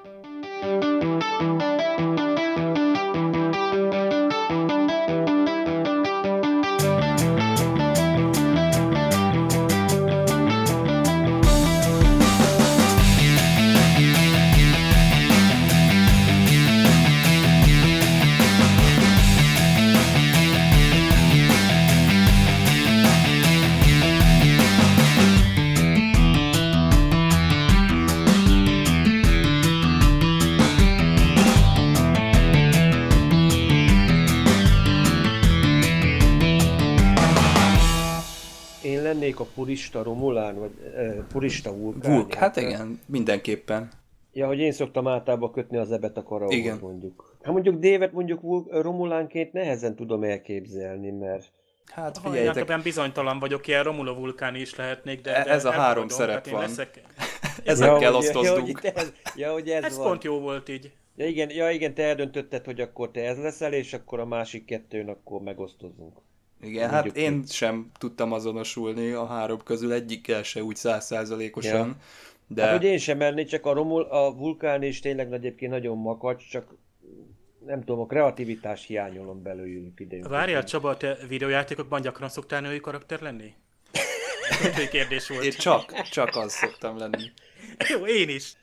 melyik a purista Romulán, vagy uh, purista vulkán? Vulk, hát igen, mindenképpen. Ja, hogy én szoktam általában kötni az ebet a karaóhoz, Igen. mondjuk. Hát mondjuk Dévet mondjuk Vul- Romulánként nehezen tudom elképzelni, mert... Hát Ha figyeljetek, ilyen bizonytalan vagyok, ilyen Romuló vulkán is lehetnék, de, de ez a három elfogadom, szerep tehát én van. Leszek... ezekkel ja, hogy- osztozdunk. Ja, hogy itt ez, ja, hogy ez, Ez van. pont jó volt így. Ja igen, ja igen, te eldöntötted, hogy akkor te ez leszel, és akkor a másik kettőn akkor megosztozunk. Igen, Mondjuk hát én sem tudtam azonosulni a három közül, egyikkel se úgy százszázalékosan, Ja. de Hát, hogy én sem mennék, csak a, Romul, a vulkán is tényleg egyébként nagyon makacs, csak nem tudom, a kreativitás hiányolom belőlük idején. Várjál, Csaba, te videójátékokban gyakran szoktál női karakter lenni? Ez egy kérdés volt. én csak, csak az szoktam lenni. Jó, én is.